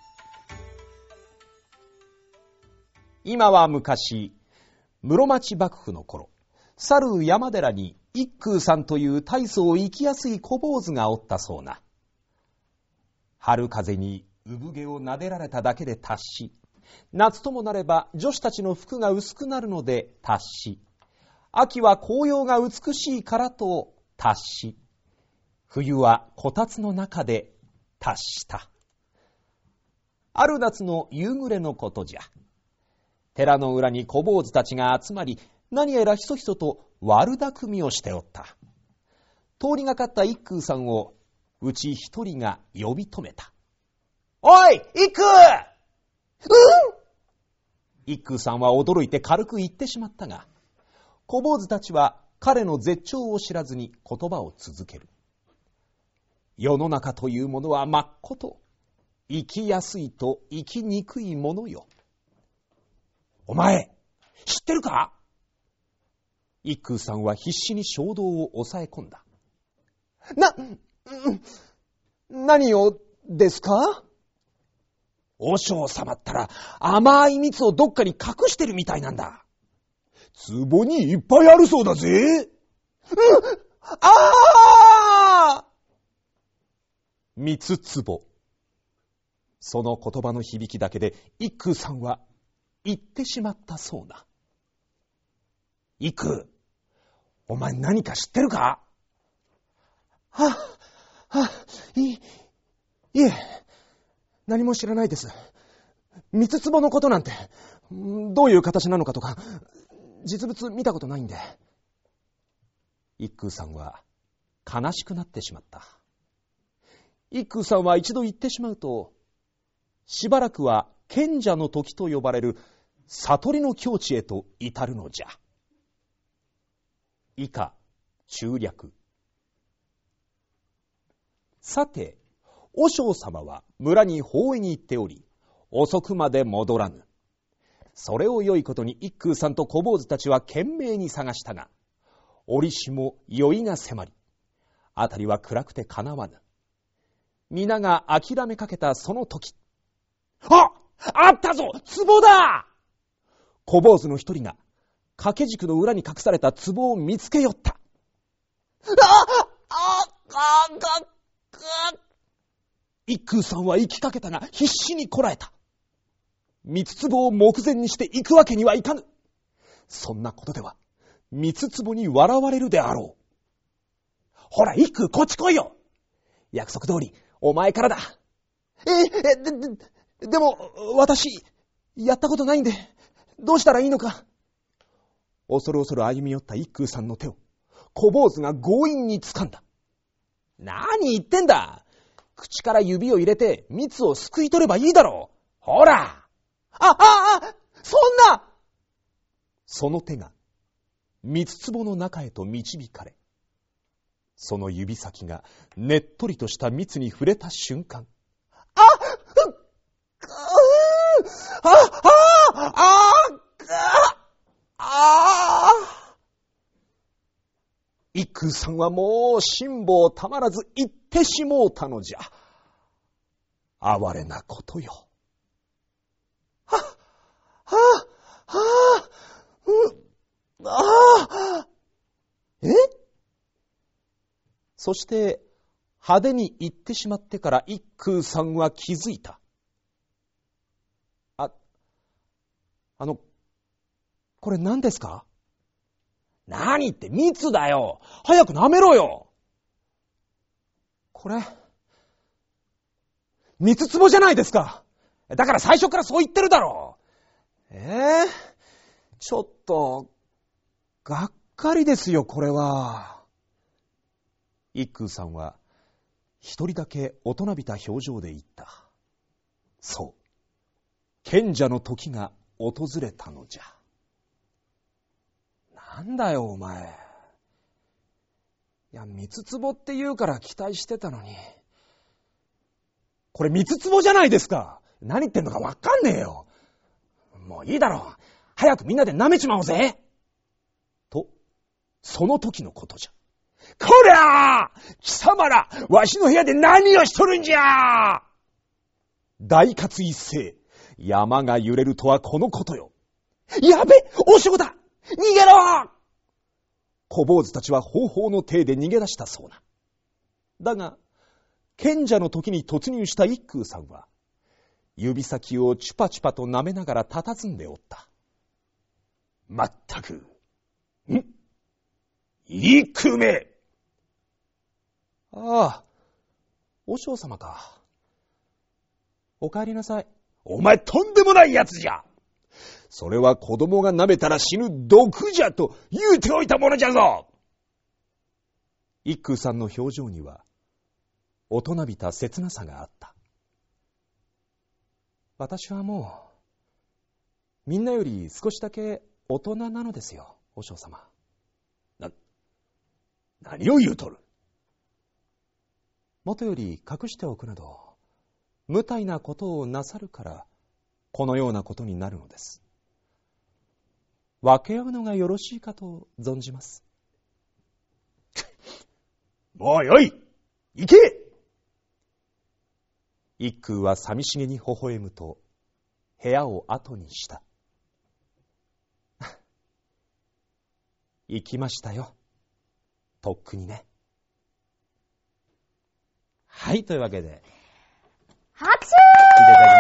今は昔、室町幕府の頃、去る山寺に一空さんという大層生きやすい小坊主がおったそうな。春風に産毛を撫でられただけで達し、夏ともなれば女子たちの服が薄くなるので達し、秋は紅葉が美しいからと達し、冬はこたつの中で達した。ある夏の夕暮れのことじゃ。寺の裏に小坊主たちが集まり、何やらひそひそと悪巧みをしておった。通りがかった一空さんをうち一人が呼び止めた。おい、一空！一空さんは驚いて軽く言ってしまったが、小坊主たちは彼の絶頂を知らずに言葉を続ける。世の中というものはまっこと生きやすいと生きにくいものよ。お前、知ってるか？一空さんは必死に衝動を抑え込んだ。何をですか？和尚様ったら甘い蜜をどっかに隠してるみたいなんだ。壺にいっぱいあるそうだぜ。蜜壺。その言葉の響きだけで一空さんは言ってしまったそうな。一空、お前何か知ってるか？いえ、何も知らないです。蜜壺のことなんて、どういう形なのかとか、実物見たことないんで。一空さんは悲しくなってしまった。一空さんは一度言ってしまうと、しばらくは賢者の時と呼ばれる悟りの境地へと至るのじゃ。以下、中略。さて、和尚様は村に法会に行っており、遅くまで戻らぬ。 それを良いことに一空さんと小坊主たちは懸命に探したが、折しも酔いが迫り、あたりは暗くてかなわぬ。皆が諦めかけたその時、あったぞ、壺だ！小坊主の一人が掛け軸の裏に隠された壺を見つけよった。一空さんは生きかけたが必死にこらえた。三つ壺を目前にして行くわけにはいかぬ。そんなことでは三つ壺に笑われるであろう。ほら一空、こっち来いよ。約束通りお前からだ。でも私やったことないんでどうしたらいいのか。恐る恐る歩み寄った一空さんの手を小坊主が強引に掴んだ。何言ってんだ。口から指を入れて蜜をすくい取ればいいだろう。ほら。そんな。その手が蜜壺の中へと導かれ、その指先がねっとりとした蜜に触れた瞬間、一空さんはもう辛抱たまらず言ってしもうたのじゃ。哀れなことよ。そして派手に言ってしまってから一空さんは気づいた。これ何ですか？何って蜜だよ。早く舐めろよ。これ蜜壺じゃないですか。だから最初からそう言ってるだろう。ちょっとがっかりですよ、これは。一空さんは一人だけ大人びた表情で言った。そう、賢者の時が訪れたのじゃ。なんだよお前。いや、蜜壺って言うから期待してたのに、これ蜜壺じゃないですか。何言ってんのかわかんねえよ。もういいだろう。早くみんなで舐めちまおうぜ。と、その時のことじゃ。こりゃあ！貴様ら、わしの部屋で何をしとるんじゃ！大喝一声。山が揺れるとはこのことよ。やべ！おしょうだ！逃げろ！小坊主たちは方法の体で逃げ出したそうな。だが、賢者の時に突入した一空さんは、指先をチュパチュパと舐めながら佇んでおった。まったく。いくめ！ああ、和尚様か。お帰りなさい。お前とんでもないやつじゃ。それは子供が舐めたら死ぬ毒じゃと言うておいたものじゃぞ。一空さんの表情には大人びた切なさがあった。私はもうみんなより少しだけ大人なのですよ、和尚様。何を言うとる。元より隠しておくなど無体なことをなさるからこのようなことになるのです。分け合うのがよろしいかと存じます。もうよい！行け！一空は寂しげに微笑むと部屋を後にした。行きましたよ、とっくにね。はい、というわけで拍手！ 聞いていた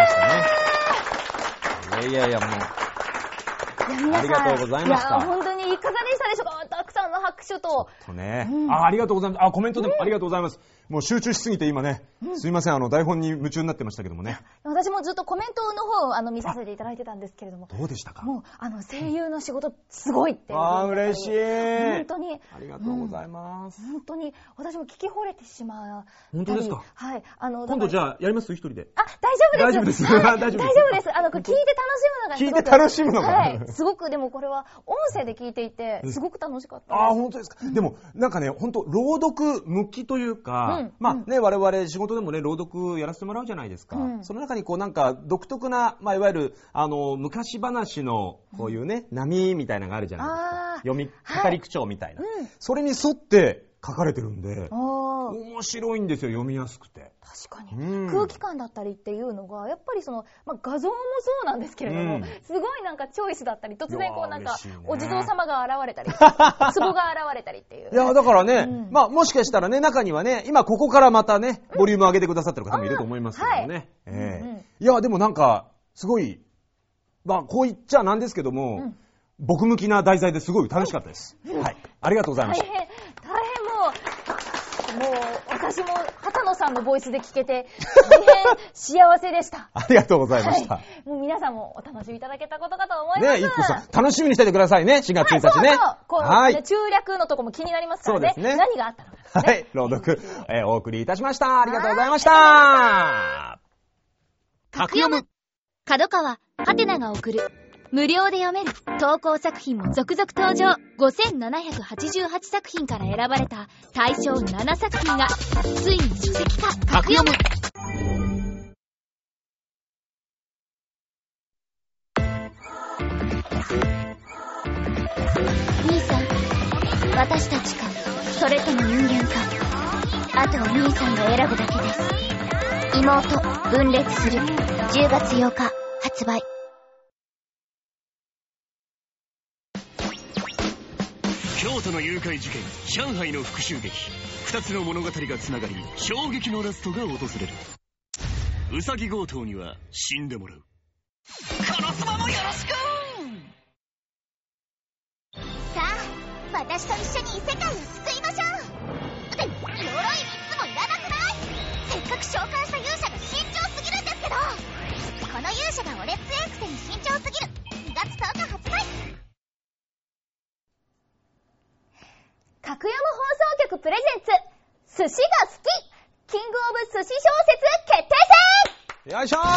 だきましたね。いやいやもうありがとうございました。 いや本当にいかがでしたでしょうか。たくさんの拍手と。 ね、ありがとうございます。コメントでもありがとうございます。もう集中しすぎて今ね、すいません、台本に夢中になってましたけどもね。 私もずっとコメントの方を見させていただいてたんですけれども。 どうでしたか？ もう声優の仕事すごいって。 嬉しい。 本当に。 ありがとうございます。 本当に私も聞き惚れてしまう。 本当ですか？ はい。 今度じゃあやります？一人で。 大丈夫です。大丈夫です。大丈夫です。聞いて楽しむのが聞いて楽しむのが。 はい。すごくでもこれは音声で聞いていてすごく楽しかった。 ああ、本当ですか。でも、なんかね、本当朗読向きというか、まあね、我々仕事でもね、朗読やらせてもらうじゃないですか。その中にこうなんか独特な、まあいわゆる、昔話のこういうね、波みたいなのがあるじゃないですか。語り口調みたいな。それに沿って書かれてるんで、面白いんですよ、読みやすくて。 確かに。空気感だったりっていうのが、やっぱりまあ、画像もそうなんですけれども、すごいなんかチョイスだったり、突然こうなんか、お地蔵様が現れたり、壺が現れたりっていう。 いや、だからね、まあ、もしかしたらね、中にはね、今ここからまたね、ボリューム上げてくださってる方もいると思いますけどもね。いや、でもなんか、すごい、まあ、こう言っちゃなんですけども、僕向きな題材ですごい楽しかったです。はい。ありがとうございました。 大変もう私も畑野さんのボイスで聞けて大変幸せでした。 ありがとうございました。 もう皆さんもお楽しみいただけたことかと思います。 ね、一個さん楽しみにしててくださいね。4月1日ね。 はい。中略のとこも気になりますからね。そうですね。何があったのか。 はい。朗読、お送りいたしました。ありがとうございました。 格読む。角川ハテナが送る。無料で読める投稿作品も続々登場。5788作品から選ばれた大賞7作品がついに書籍化。格読む。兄さん、私たちか、それとも人間か。あとは兄さんが選ぶだけです。妹、分裂する。10月8日発売。 京都の誘拐事件、上海の復讐劇、2つの物語がつながり、衝撃のラストが訪れる。ウサギ強盗には死んでもらう。このスマもよろしく。 さあ、私と一緒に世界を救いましょう。って鎧3つもいらなくない？せっかく召喚した勇者が慎重すぎるんですけど。この勇者が俺強いくせに慎重すぎる。2月10日発売。 格読む放送局プレゼンツ、寿司が好きキングオブ寿司小説決定戦。 よいしょー。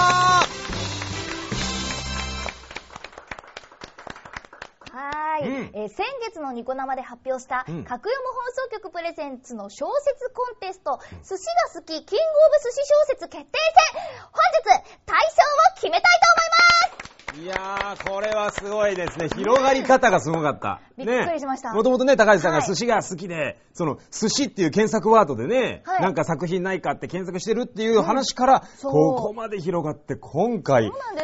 先月のニコ生で発表した、格読む放送局プレゼンツの小説コンテスト、寿司が好きキングオブ寿司小説決定戦、本日大賞を決めたいと思います。 いやー、これはすごいですね。広がり方がすごかった。 びっくりしました。 もともとね、高橋さんが寿司が好きで、その寿司っていう検索ワードでね、なんか作品ないかって検索してるっていう話から、ここまで広がって、今回、 そうなんです。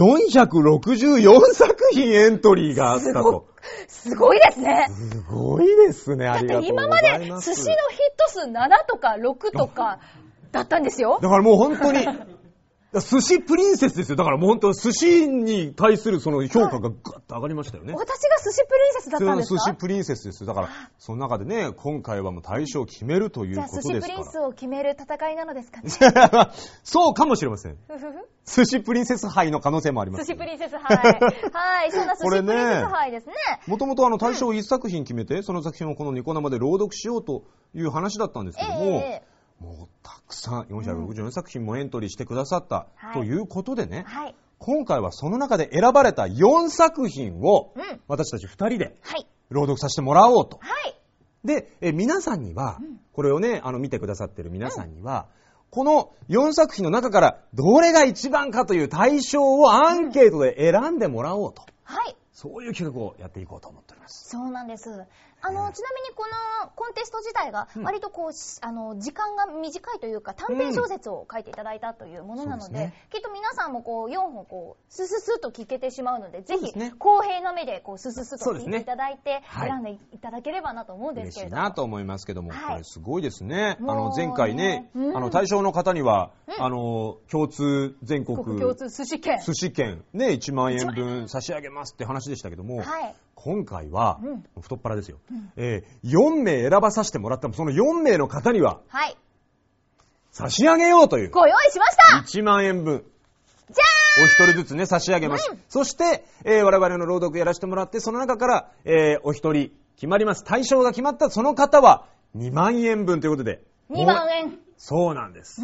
464作品エントリーがあったと。 すごいですね。 すごいですね。ありがとうございます。 だって今まで寿司のヒット数7とか6とかだったんですよ。 だからもう本当に、寿司プリンセスですよ。だからもう本当寿司に対するその評価がガッと上がりましたよね。 私が寿司プリンセスだったんですか？ 寿司プリンセスですよ。だからその中でね、今回はもう大賞を決めるということですから。 じゃあ寿司プリンスを決める戦いなのですかね。 そうかもしれません。寿司プリンセス杯の可能性もあります。 寿司プリンセス杯。はい、そんな寿司プリンセス杯ですね。 もともと大賞1作品決めて、その作品をこのニコ生で朗読しようという話だったんですけども、もうたくさん464作品もエントリーしてくださったということでね、今回はその中で選ばれた4作品を私たち2人で朗読させてもらおうと。で、皆さんには、これをね、見てくださってる皆さんには、この4作品の中からどれが一番かという対象をアンケートで選んでもらおうと。そういう企画をやっていこうと思っております。 そうなんです。ちなみにこのコンテスト自体が割とこう、時間が短いというか短編小説を書いていただいたというものなので、きっと皆さんもこう4本こうスススッと聞けてしまうので、ぜひ公平な目でこうスススッと聞いていただいて選んでいただければなと思うんですけれども。 嬉しいなと思いますけども、これすごいですね。前回ね、対象の方には共通全国共通寿司券ね1万円分差し上げますって話でしたけども、今回は太っ腹ですよ。4名選ばさせてもらったその4名の方には差し上げようというご用意しました。 1万円分じゃお一人ずつね差し上げます。そして、我々の朗読やらせてもらって、その中から、お一人決まります。対象が決まったその方は2万円分ということで。 2万円。 そうなんです。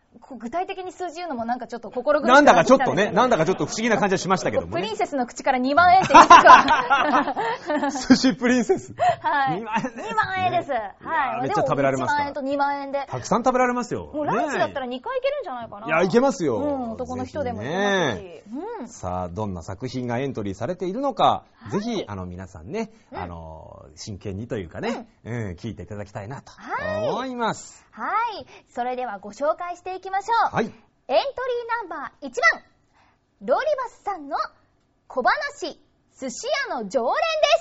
具体的に数字言うのもなんかちょっと心苦しくなんだかちょっなってきたんですけどとね、なんだかちょっと不思議な感じはしましたけどもね。 プリンセスの口から2万円って言いますか寿司プリンセス。 はい。 2万円です。 2万円です。はい。 めっちゃ食べられますか。 1万円と2万円で。 たくさん食べられますよ。 もうランチだったら2回いけるんじゃないかな。 いや、いけますよ。 男の人でもいけますし。 さあ、どんな作品がエントリーされているのか、ぜひ、皆さんね、真剣にというかね、聞いていただきたいなと思います。 はい。それではご紹介していきましょう。 はい。 エントリーナンバー1番、ロリバスさんの小話、寿司屋の常連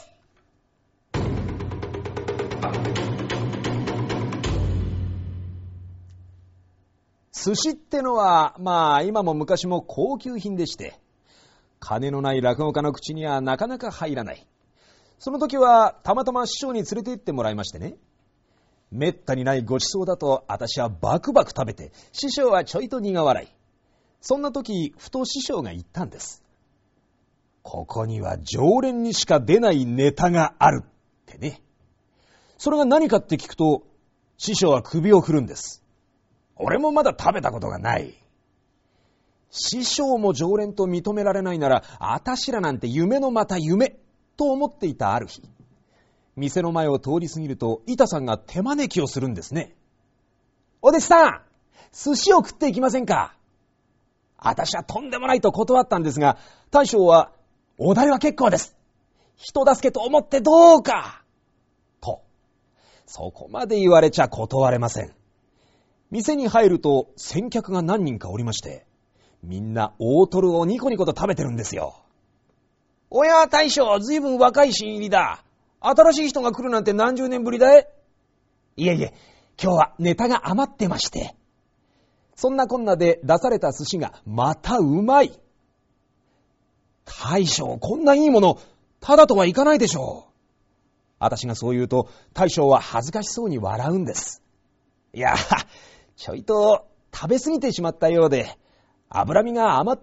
です。寿司ってのは、まあ今も昔も高級品でして、金のない落語家の口にはなかなか入らない。その時はたまたま師匠に連れて行ってもらいましてね、めったにないごちそうだと私はバクバク食べて、師匠はちょいと苦笑い。そんな時、ふと師匠が言ったんです。ここには常連にしか出ないネタがあるってね。それが何かって聞くと、師匠は首を振るんです。俺もまだ食べたことがない。師匠も常連と認められないなら、あたしらなんて夢のまた夢と思っていたある日、店の前を通り過ぎると、板さんが手招きをするんですね。お弟子さん、寿司を食っていきませんか。私はとんでもないと断ったんですが、大将は、お代は結構です。人助けと思ってどうか。と、そこまで言われちゃ断れません。店に入ると先客が何人かおりまして、みんな大トロをニコニコと食べてるんですよ。おや大将、ずいぶん若い新入りだ。新しい人が来るなんて何十年ぶりだい？いえいえ、今日はネタが余ってまして。そんなこんなで出された寿司がまたうまい。大将、こんないいもの、ただとはいかないでしょう。私がそう言うと、大将は恥ずかしそうに笑うんです。いや、ちょいと食べ過ぎてしまったようで、脂身が余って。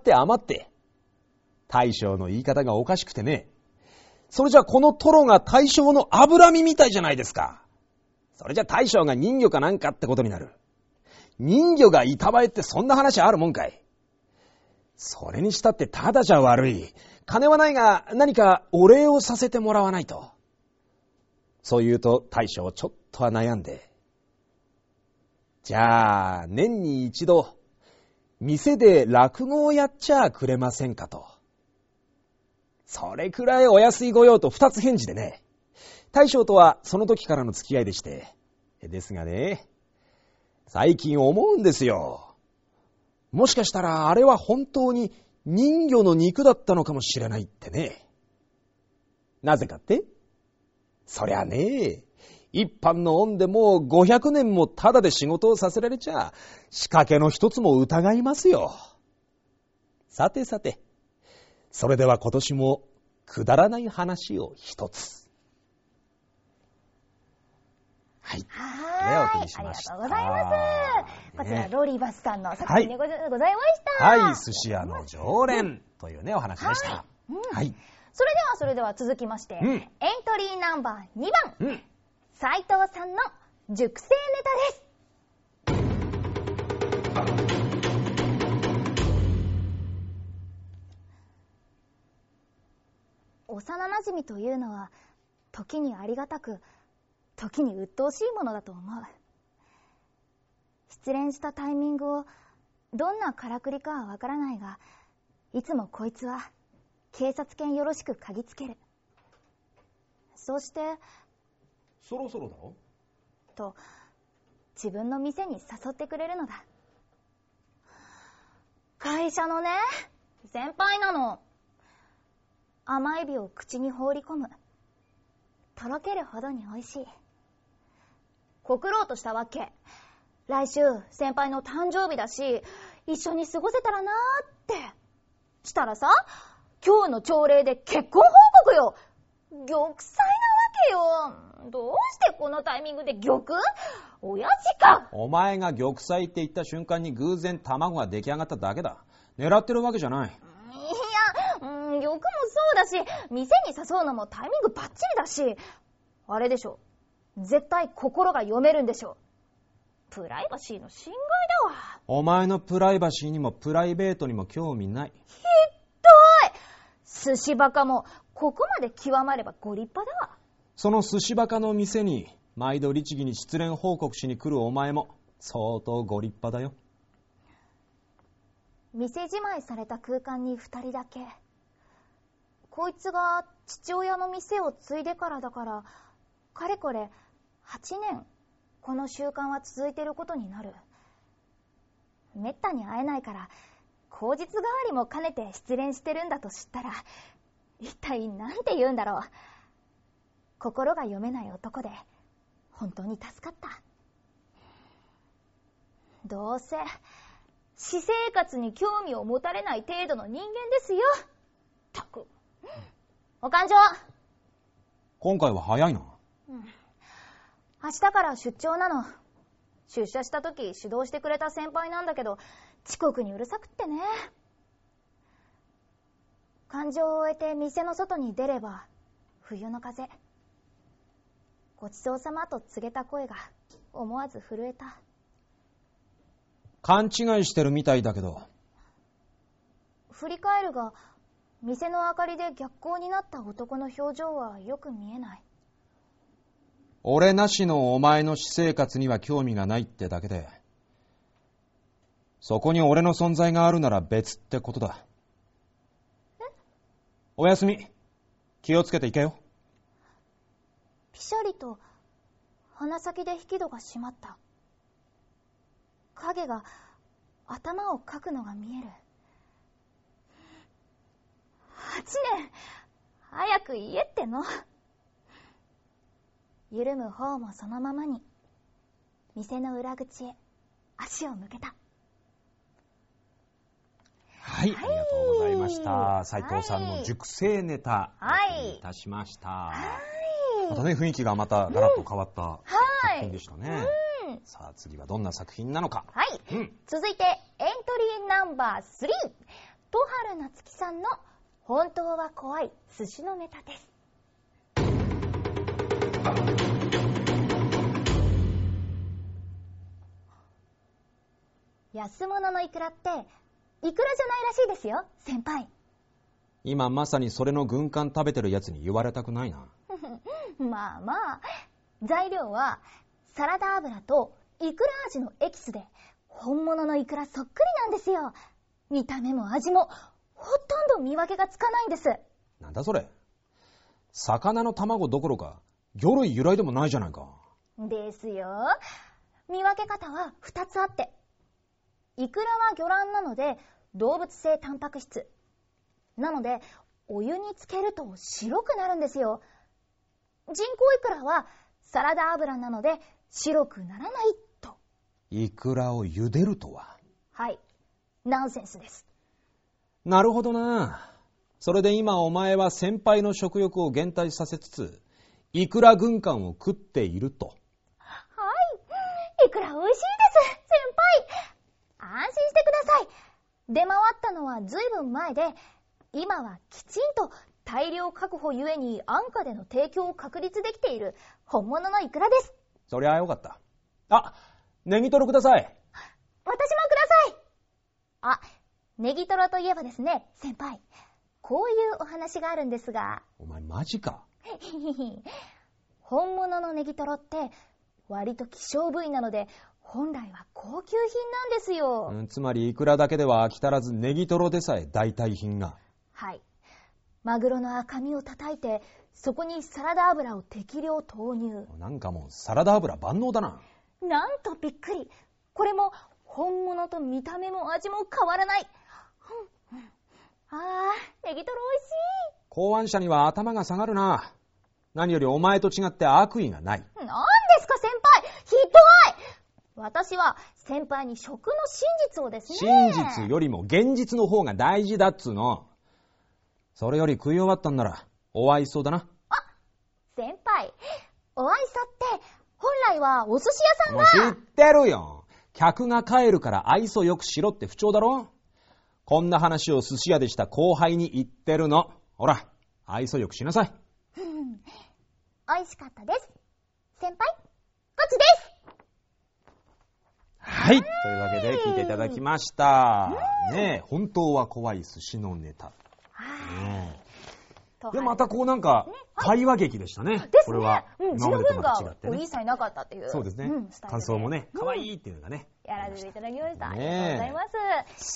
大将の言い方がおかしくてね。それじゃこのトロが大将の脂身みたいじゃないですか。それじゃ大将が人魚かなんかってことになる。人魚が板前ってそんな話あるもんかい。それにしたってただじゃ悪い。金はないが何かお礼をさせてもらわないと。そう言うと大将ちょっとは悩んで。じゃあ年に一度店で落語をやっちゃくれませんかと。それくらいお安いご用と二つ返事でね。大将とはその時からの付き合いでして。ですがね、最近思うんですよ。もしかしたらあれは本当に人魚の肉だったのかもしれないってね。なぜかって？そりゃね、一般の恩でもう500年もタダで仕事をさせられちゃ、仕掛けの一つも疑いますよ。さてさて、それでは今年もくだらない話を一つ。はい。 はい。ありがとうございます。こちら、ロリバスさんの作品でございました。 はい。寿司屋の常連というね、お話でした。はい。 それでは続きまして、エントリーナンバー2番、斉藤さんの熟成ネタです。幼馴染というのは、時にありがたく、時に鬱陶しいものだと思う。失恋したタイミングをどんなからくりかはわからないが、いつもこいつは警察犬よろしく嗅ぎつける。そしてそろそろだろと自分の店に誘ってくれるのだ。会社のね、先輩なの。甘エビを口に放り込む。とろけるほどに美味しい。告ろうとしたわけ。来週先輩の誕生日だし、一緒に過ごせたらなーって。したらさ、今日の朝礼で結婚報告よ。玉砕なわけよ。どうしてこのタイミングで玉？親父か。 お前が玉砕って言った瞬間に偶然卵が出来上がっただけだ。狙ってるわけじゃない。 いや、玉もそうだし、店に誘うのもタイミングバッチリだし、あれでしょ。絶対心が読めるんでしょ。 プライバシーの侵害だわ。 お前のプライバシーにもプライベートにも興味ない。 ひどい。寿司バカもここまで極まればご立派だわ。 その寿司バカの店に毎度律儀に失恋報告しに来るお前も相当ご立派だよ。 店じまいされた空間に2人だけ。こいつが父親の店を継いでからだから、かれこれ8年この習慣は続いていることになる。めったに会えないから口実代わりも兼ねて失恋してるんだと知ったら、一体なんて言うんだろう。心が読めない男で本当に助かった。どうせ私生活に興味を持たれない程度の人間ですよ。ったく。お勘定。 今回は早いな。 明日から出張なの。出社した時指導してくれた先輩なんだけど、遅刻にうるさくってね。勘定を終えて店の外に出れば冬の風。ごちそうさまと告げた声が思わず震えた。 勘違いしてるみたいだけど。 振り返るが、店の明かりで逆光になった男の表情はよく見えない。 俺なしのお前の私生活には興味がないってだけで、そこに俺の存在があるなら別ってことだ。おやすみ。気をつけていけよ。 ピシャリと鼻先で引き戸が閉まった。影が頭をかくのが見える。8年早く言えっての。緩む方もそのままに店の裏口へ足を向けた。 はい、ありがとうございました。斉藤さんの熟成ネタ、いたしました。またね、雰囲気がまたガラッと変わった作品でしたね。さあ次はどんな作品なのか。 続いてエントリーナンバー3、戸原夏樹さんの本当は怖い寿司のネタです。安物のイクラってイクラじゃないらしいですよ、先輩。 今まさにそれの軍艦食べてるやつに言われたくないな。 まあまあ、材料はサラダ油とイクラ味のエキスで本物のイクラそっくりなんですよ。見た目も味もほとんど見分けがつかないんです。 なんだそれ。魚の卵どころか魚類由来でもないじゃないか。 ですよ。見分け方は2つあって、イクラは魚卵なので動物性タンパク質なので、お湯につけると白くなるんですよ。人工イクラはサラダ油なので白くならないと。 イクラを茹でるとは。 はい、ナンセンスです。 なるほどな。それで今お前は先輩の食欲を減退させつつ、イクラ軍艦を食っていると。 はい、イクラ美味しいです、先輩。安心してください。出回ったのはずいぶん前で、今はきちんと大量確保ゆえに安価での提供を確立できている本物のイクラです。 そりゃよかった。あ、ネギトロください。 私もください。あ、ネギトロといえばですね、先輩、こういうお話があるんですが。 お前マジか。 本物のネギトロって割と希少部位なので、本来は高級品なんですよ。 つまりイクラだけでは飽き足らず、ネギトロでさえ代替品が。 はい。マグロの赤身を叩いて、そこにサラダ油を適量投入。 なんかもうサラダ油万能だな。 なんとびっくり。これも本物と見た目も味も変わらない。ネギトロ美味しい。 考案者には頭が下がるな。何よりお前と違って悪意がない。 なんですか先輩、ひどい。私は先輩に食の真実をですね。 真実よりも現実の方が大事だっつうの。それより食い終わったんならお愛想だな。 あ、先輩、お愛想って本来はお寿司屋さんが。 もう知ってるよ。客が帰るから愛想よくしろって不調だろ。こんな話を寿司屋でした後輩に言ってるの。ほら、愛想よくしなさい。 美味しかったです。先輩、こっちです。 はい。というわけで聞いていただきました。ねえ、本当は怖い寿司のネタ。で、またこうなんか、会話劇でしたね。 ですね。 これは。 十分が一切なかったっていう。 そうですね。感想もね、可愛いっていうのがね。 やらせていただきました。ありがとうございます。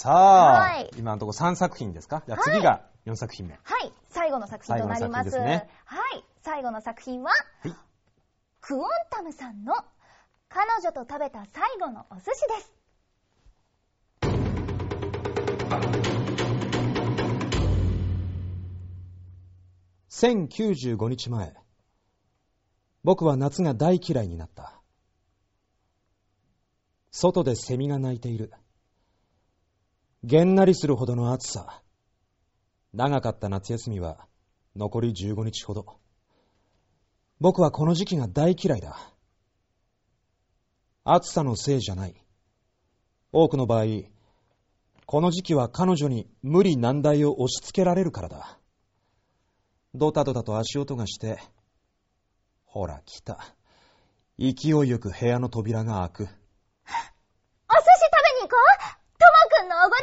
さあ、今のところ3作品ですか？じゃあ次が4作品目。 はい。最後の作品となります。はい。最後の作品は、クオンタムさんの彼女と食べた最後のお寿司です。 1095日前、僕は夏が大嫌いになった。外でセミが鳴いている。げんなりするほどの暑さ。長かった夏休みは残り15日ほど。僕はこの時期が大嫌いだ。暑さのせいじゃない。多くの場合、この時期は彼女に無理難題を押し付けられるからだ。ドタドタと足音がして、ほら来た。勢いよく部屋の扉が開く。お寿司食べに行こう。ともくんのおごり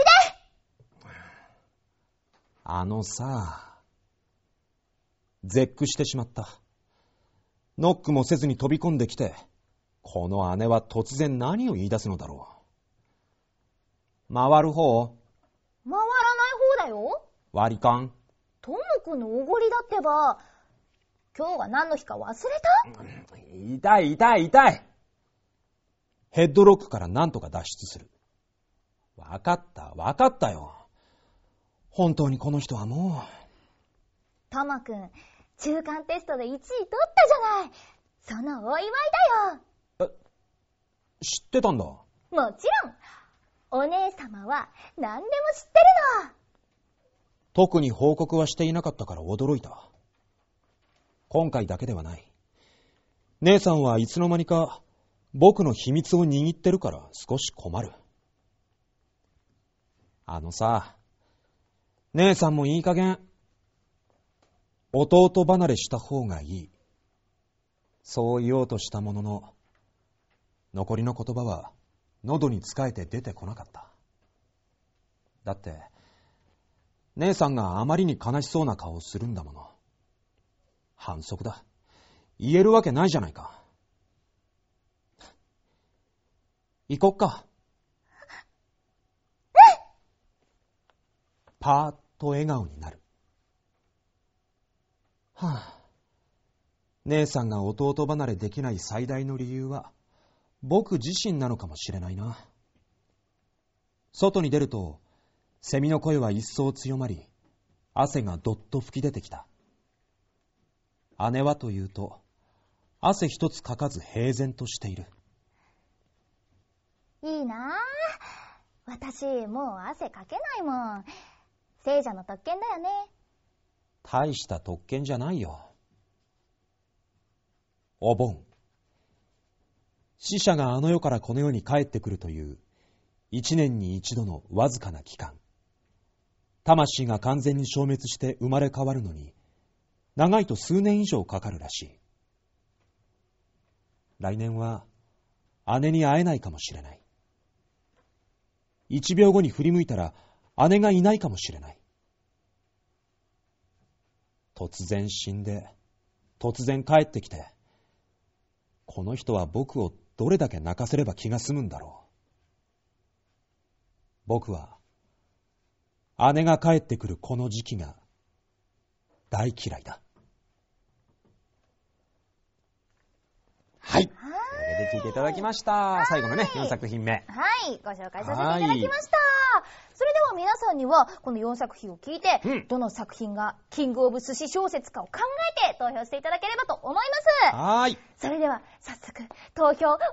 で。 さ、絶句してしまった。ノックもせずに飛び込んできて、この姉は突然何を言い出すのだろう。回る方？ 回らない方だよ。 割り勘？ ともくんのおごりだってば、今日は何の日か忘れた？痛い。ヘッドロックから何とか脱出する。わかったよ。本当にこの人はもう。 ともくん、中間テストで1位取ったじゃない。そのお祝いだよ。 知ってたんだ。 もちろん。お姉様は何でも知ってるの。 特に報告はしていなかったから驚いた。今回だけではない。姉さんはいつの間にか僕の秘密を握ってるから少し困る。さ、姉さんもいい加減、弟離れした方がいい。そう言おうとしたものの、残りの言葉は喉につかえて出てこなかった。だって、姉さんがあまりに悲しそうな顔をするんだもの。反則だ。言えるわけないじゃないか。行こっか。パーッと笑顔になる。姉さんが弟離れできない最大の理由は僕自身なのかもしれないな。外に出るとセミの声は一層強まり、汗がどっと吹き出てきた。姉はというと、汗一つかかず平然としている。 いいなぁ。私、もう汗かけないもん。聖者の特権だよね。 大した特権じゃないよ。お盆。死者があの世からこの世に帰ってくるという、一年に一度のわずかな期間。魂が完全に消滅して生まれ変わるのに、長いと数年以上かかるらしい。来年は姉に会えないかもしれない。1秒後に振り向いたら姉がいないかもしれない。突然死んで、突然帰ってきて、この人は僕をどれだけ泣かせれば気が済むんだろう。僕は姉が帰ってくるこの時期が大嫌いだ。はい。 聞いていただきました。最後のね、4作品目。 はい、ご紹介させていただきました。それでは皆さんには、この4作品を聞いて、どの作品がキングオブ寿司小説かを考えて投票していただければと思います。 はい。 それでは、早速、投票お願いします。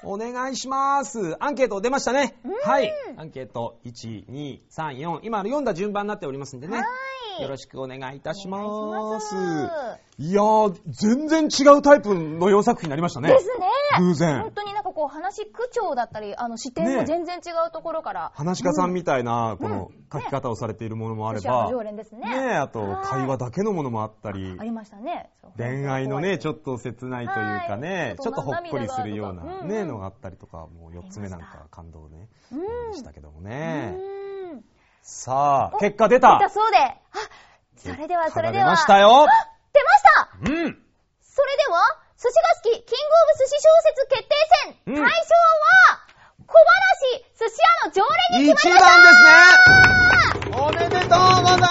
お願いします。アンケート出ましたね。はい。アンケート1、2、3、4。今読んだ順番になっておりますんでね。よろしくお願いいたします。いやー、全然違うタイプの4作品になりましたね。 ですね。 偶然。 本当になんかこう話口調だったり視点も全然違うところから、 話し家さんみたいなこの書き方をされているものもあれば、 常連ですね。 あと会話だけのものもあったり、 ありましたね。 恋愛のねちょっと切ないというかね、ちょっとほっこりするようなねのがあったりとか、もう4つ目なんか感動ねでしたけどもね。さあ結果出た。 出たそうで、それでは出ましたよ。 出ました。それでは寿司が好きキングオブ寿司小説決定戦、対象は小話寿司屋の常連に決まりました。 1番ですね。おめでとうございます。 おめでとうござい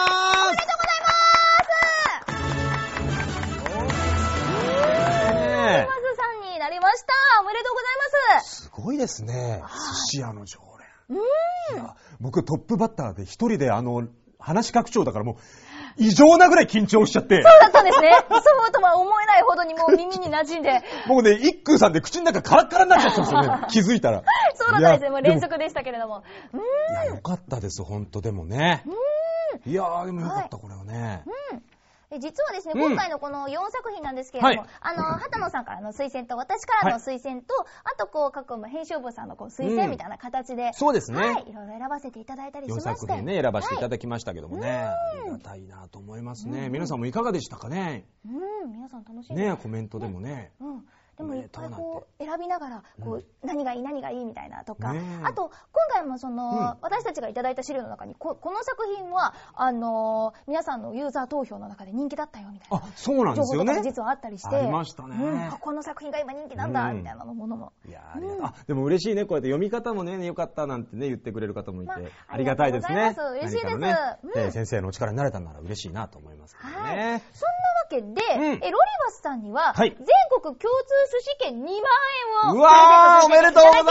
ます。さんになりました。おめでとうございます。 すごいですね。寿司屋の常連。いや僕トップバッターで一人で話拡張だからもう異常なぐらい緊張しちゃって。 そうだったんですね。そうとは思えないほどにもう耳に馴染んで。 もうね、一空さんで口の中カラッカラになっちゃったんですよね。気づいたら。 そうだったんですね。もう連続でしたけれども。 いや、よかったです、ほんと。でもね。いやー、でもよかった、これはね。 実はですね、今回のこの4作品なんですけれども、畑野さんからの推薦と私からの推薦と、あとこう各編集部さんのこう推薦みたいな形で、 そうですね。 いろいろ選ばせていただいたりしまして。4 作品ね、選ばせていただきましたけどもね。ありがたいなと思いますね。皆さんもいかがでしたかね。 皆さん楽しいね、コメントでもね。 でもいっぱいこう選びながらこう何がいいみたいなとか、あと今回もその私たちがいただいた資料の中にこの作品は皆さんのユーザー投票の中で人気だったよみたいなそうなんですよね。 情報とか実はあったりして、 ありましたね。 この作品が今人気なんだみたいなものも。 いやでも嬉しいね、こうやって読み方もね良かったなんてね言ってくれる方もいてありがたいですね。 嬉しいです。 先生のお力になれたなら嬉しいなと思いますけどね。 そんなわけでロリバスさんには全国共通寿司券2万円をうわー、おめでとうございます。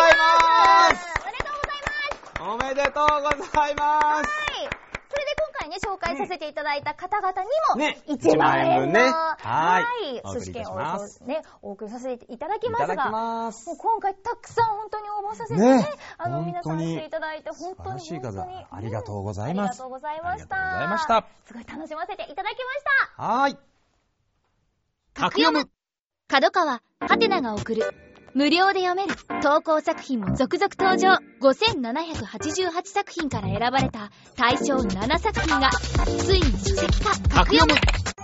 おめでとうございます。 おめでとうございます。 それで今回ね紹介させていただいた方々にも1万円の寿司券をねお送りさせていただきますが、もう今回たくさん本当に応募させてね皆さんしていただいて本当にありがとうございます。 ありがとうございました。すごい楽しませていただきました。 格読む角川ハテナが送る無料で読める投稿作品も続々登場。5788作品から選ばれた大賞7作品がついに書籍化。格読む。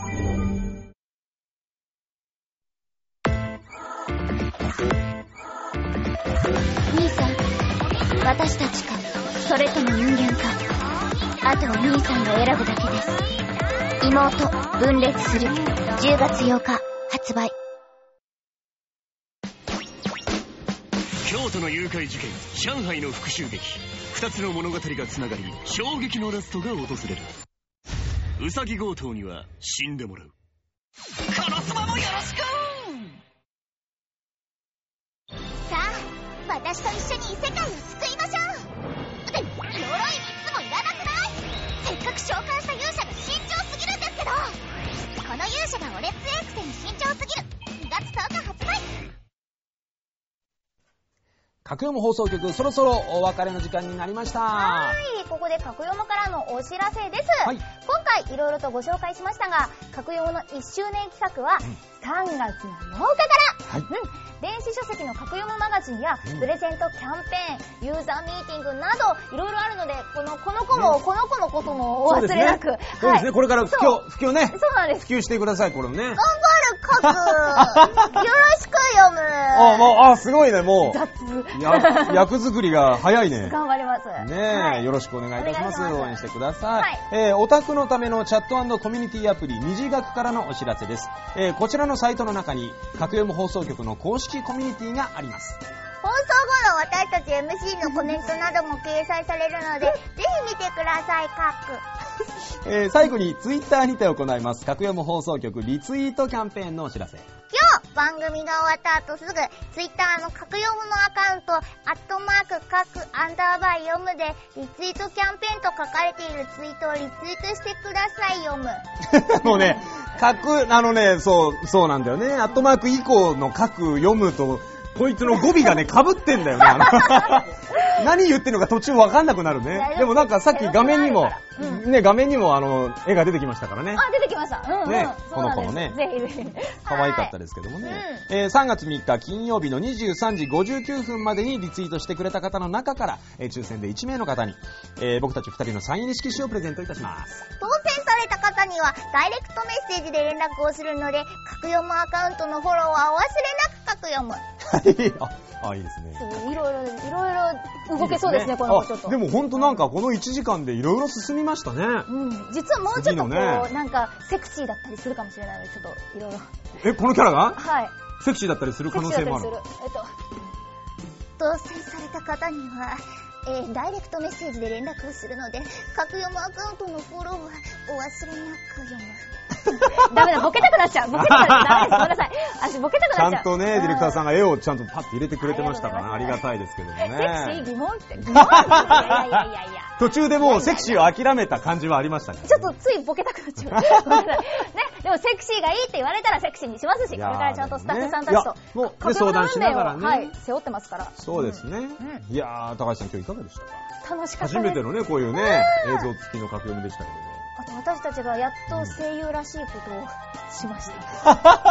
兄さん、私たちかそれとも人間か、あとは兄さんが選ぶだけです。妹分裂する10月8日発売。 京都の誘拐事件、上海の復讐劇、2つの物語がつながり衝撃のラストが訪れる。ウサギ強盗には死んでもらう。このそばもよろしく。 さあ私と一緒に世界を救いましょう。鎧3つもいらなくない？せっかく召喚した勇者が慎重すぎるんですけど、この勇者が俺強いくせに慎重すぎる。2月10日発売。 格読む放送局、そろそろお別れの時間になりました。 ここで格読むからのお知らせです。今回いろいろとご紹介しましたが、格読むの1周年企画は3月の8日から、電子書籍の格読むマガジンやプレゼントキャンペーン、ユーザーミーティングなどいろいろあるので、この子のこともお忘れなく。 そうですね、これから普及ね。 そうなんです。 普及してください、これもね。 頑張る書く。よろしく読む。 すごいね、もう。 雑。 役作りが早いね。 頑張ります。 ねえ、よろしくお願いいたします。応援してください。オタクのためのチャット&コミュニティアプリ虹学からのお知らせです。こちらのサイトの中に格読む放送局の公式コミュニティがあります。 放送後の私たち MC のコメントなども掲載されるので、ぜひ見てください。 最後にツイッターにて行います格読む放送局リツイートキャンペーンのお知らせ。 今日番組が終わった後すぐツイッターの格読むのアカウント@読むでリツイートキャンペーンと書かれているツイートをリツイートしてください。読むもうね、そうなんだよね。@以降の読むとこいつの語尾がね、被ってんだよね。何言ってるのか途中わかんなくなるね。でもなんかさっき画面にも、ね、画面にも絵が出てきましたからね。 あ、出てきました。 ね、この子もね。 ぜひぜひ。 可愛かったですけどもね。3月3日金曜日の23時59分までにリツイートしてくれた方の中から、抽選で1名の方に、僕たち2人のサイン入り色紙をプレゼントいたします。 当選された方にはダイレクトメッセージで連絡をするので、格読むアカウントのフォローはお忘れなく格読む。 あ、いいですね。 いろいろ動けそうですね、この子ちょっと。 でもほんとなんかこの1時間でいろいろ進みましたね。 実はもうちょっとこう、なんかセクシーだったりするかもしれないので、ちょっといろいろ。 このキャラがはい。 セクシーだったりする可能性もある。 当選された方には、ダイレクトメッセージで連絡をするので、格読むアカウントのフォローはお忘れなく読む。 ダメだ、ボケたくなっちゃう。ボケたくなっちゃう。ダメです。ごめんなさい。私、ボケたくなっちゃう。 ちゃんとね、ディレクターさんが絵をちゃんとパッと入れてくれてましたから、ありがたいですけどもね。 セクシー疑問って。疑問いや。 途中でもうセクシーを諦めた感じはありましたね。 ちょっとついボケたくなっちゃう。ごめんなさい。ね、でもセクシーがいいって言われたらセクシーにしますし、これからちゃんとスタッフさんたちと、 もう相談しながらね。 はい、背負ってますから。 そうですね。いやー、高橋さん今日いかがでしたか？ 楽しかったです。 初めてのね、こういうね、映像付きの格読みでしたけども。 あと私たちがやっと声優らしいことをしました。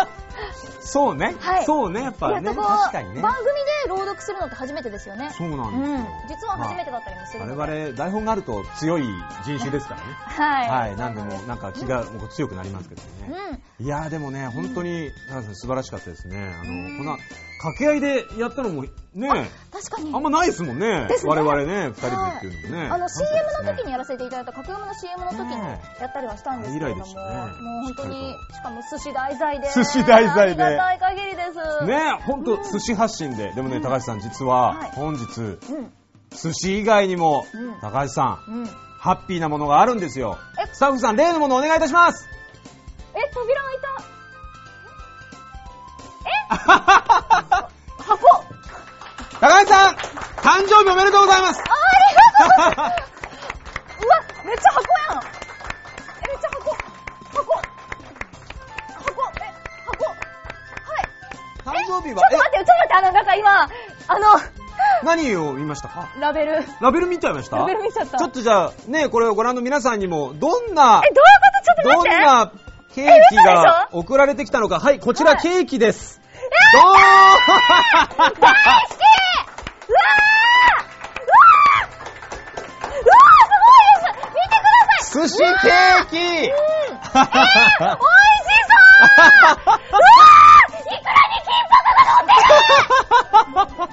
そうね。 はい。 そうね、やっぱね。確かにね。 番組で朗読するのって初めてですよね。 そうなんですよ。 実は初めてだったりもするので。 我々、台本があると強い人種ですからね。 はい。 なんでも、なんか気が強くなりますけどね。いやーでもね、本当に、高橋さん素晴らしかったですね。こんな、掛け合いでやったのも、ね、 確かに。 あんまないですもんね。我々ね、二人でっていうのもね。 CM の時にやらせていただいた、格読むの CM の時にやったりはしたんですけれども、もう本当に、しかも寿司題材で。寿司題材で。ありがたい限りです。 ね、本当寿司発信で。でもね、高橋さん実は、本日、寿司以外にも、高橋さん、ハッピーなものがあるんですよ。スタッフさん、例のものお願いいたします。 扉開いた。箱。 高橋さん、誕生日おめでとうございます。 ありがとうございます。うわ、めっちゃ箱やん。めっちゃ箱。 はい。誕生日は、 ちょっと待って、なんか今、 何を見ましたか？ ラベル見ちゃいました？ ラベル見ちゃった。 ちょっとじゃあ、ね、これをご覧の皆さんにも、どんな、 どういうこと？ちょっと待って。 どんなケーキが送られてきたのか。はい、こちらケーキです。どーん大好き！うわーすごいです！見てください！ 寿司ケーキ！ 美味しそう！うわーいくらに金箔が乗って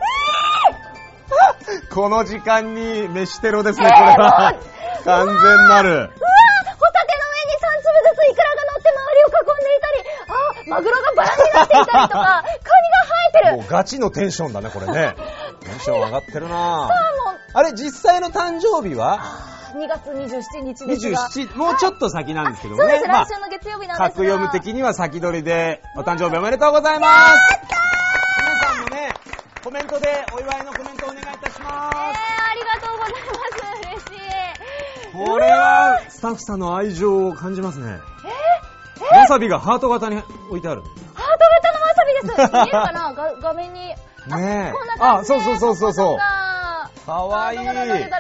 る！ この時間に飯テロですね、これは。完全なる。 うわーホタテの上に3粒ずつイクラが乗って周りを囲んでいたり、マグロがバラになっていたりとか、カニが生えてる。 もうガチのテンションだね、これね。テンション上がってるなあれ、実際の誕生日は 2月27日ですが。 27、もうちょっと先なんですけどもね。 そうです、来週の月曜日なんですが。 格読む的には先取りで、お誕生日おめでとうございます。皆さんもね、コメントでお祝いのコメントお願いいたします。 ありがとうございます。嬉しい。 これは、スタッフさんの愛情を感じますね。わさびがハート型に置いてある。 ハート型のわさびです。見えるかな画面に。 ねえ。 こんな感じで。 そう。かわいい。 金箔、ウニ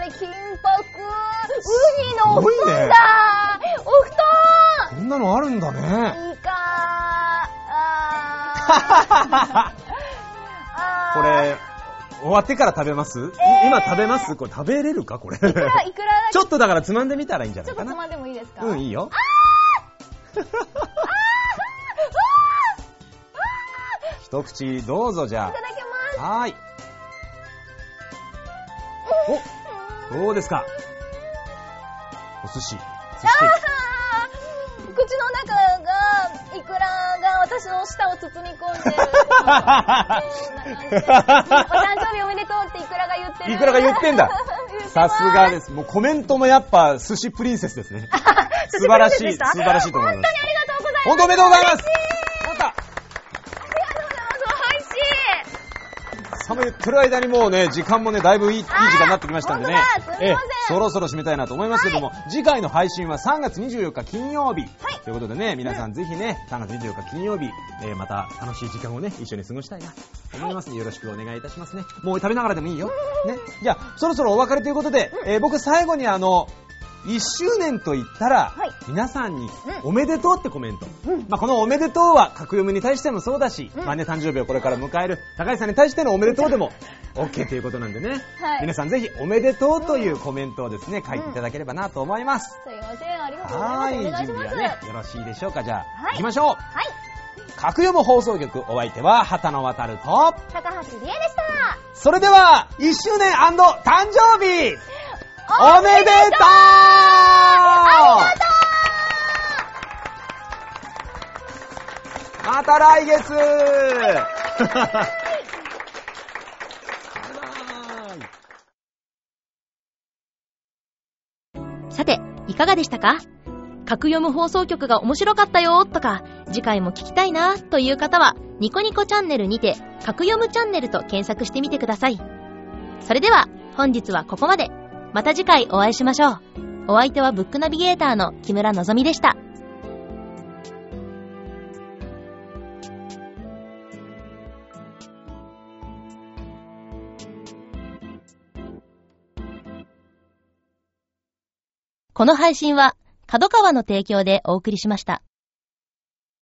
のお布団だ。お布団。 こんなのあるんだね。 いいかこれ、終わってから食べます？今食べます？これ食べれるかこれ。いくらちょっとだからつまんでみたらいいんじゃないかな。 ちょっとつまんでもいいですか？ うん、いいよ。一口どうぞじゃあ。 いただきます。 はーい。お、どうですか？お寿司。 口の中がイクラが私の舌を包み込んでる。お誕生日おめでとうってイクラが言ってる。 イクラが言ってんだ。さすがです。もうコメントもやっぱ寿司プリンセスですね。素晴らしいと思います。 本当にありがとうございます。 本当おめでとうございます。寒い言ってる間にもうね、時間もね、だいぶいい時間になってきましたんでね。 すみません。 そろそろ締めたいなと思いますけども、次回の配信は3月24日金曜日、 ということでね、皆さんぜひね、3月24日金曜日、また楽しい時間をね、一緒に過ごしたいなと思いますので、よろしくお願いいたしますね。もう食べながらでもいいよ。ね。じゃあ、そろそろお別れということで、僕最後に1周年と言ったら、皆さんにおめでとうってコメント。このおめでとうは格読みに対してもそうだし、誕生日をこれから迎える高橋さんに対してのおめでとうでも OK ということなんでね、皆さんぜひおめでとうというコメントをですね、書いていただければなと思います。 すいません、ありがとうございます。お願いします。 準備はね、よろしいでしょうか。じゃあ、行きましょう。格読む放送局、お相手は畑野渡と高橋理恵でした。 それでは1周年&誕生日おめでとう。 ありがとう。また来月さて、いかがでしたか？格読む放送局が面白かったよとか、次回も聞きたいなという方は、ニコニコチャンネルにて、格読むチャンネルと検索してみてください。それでは、本日はここまで。また次回お会いしましょう。お相手はブックナビゲーターの木村のぞみでした。この配信は角川の提供でお送りしました。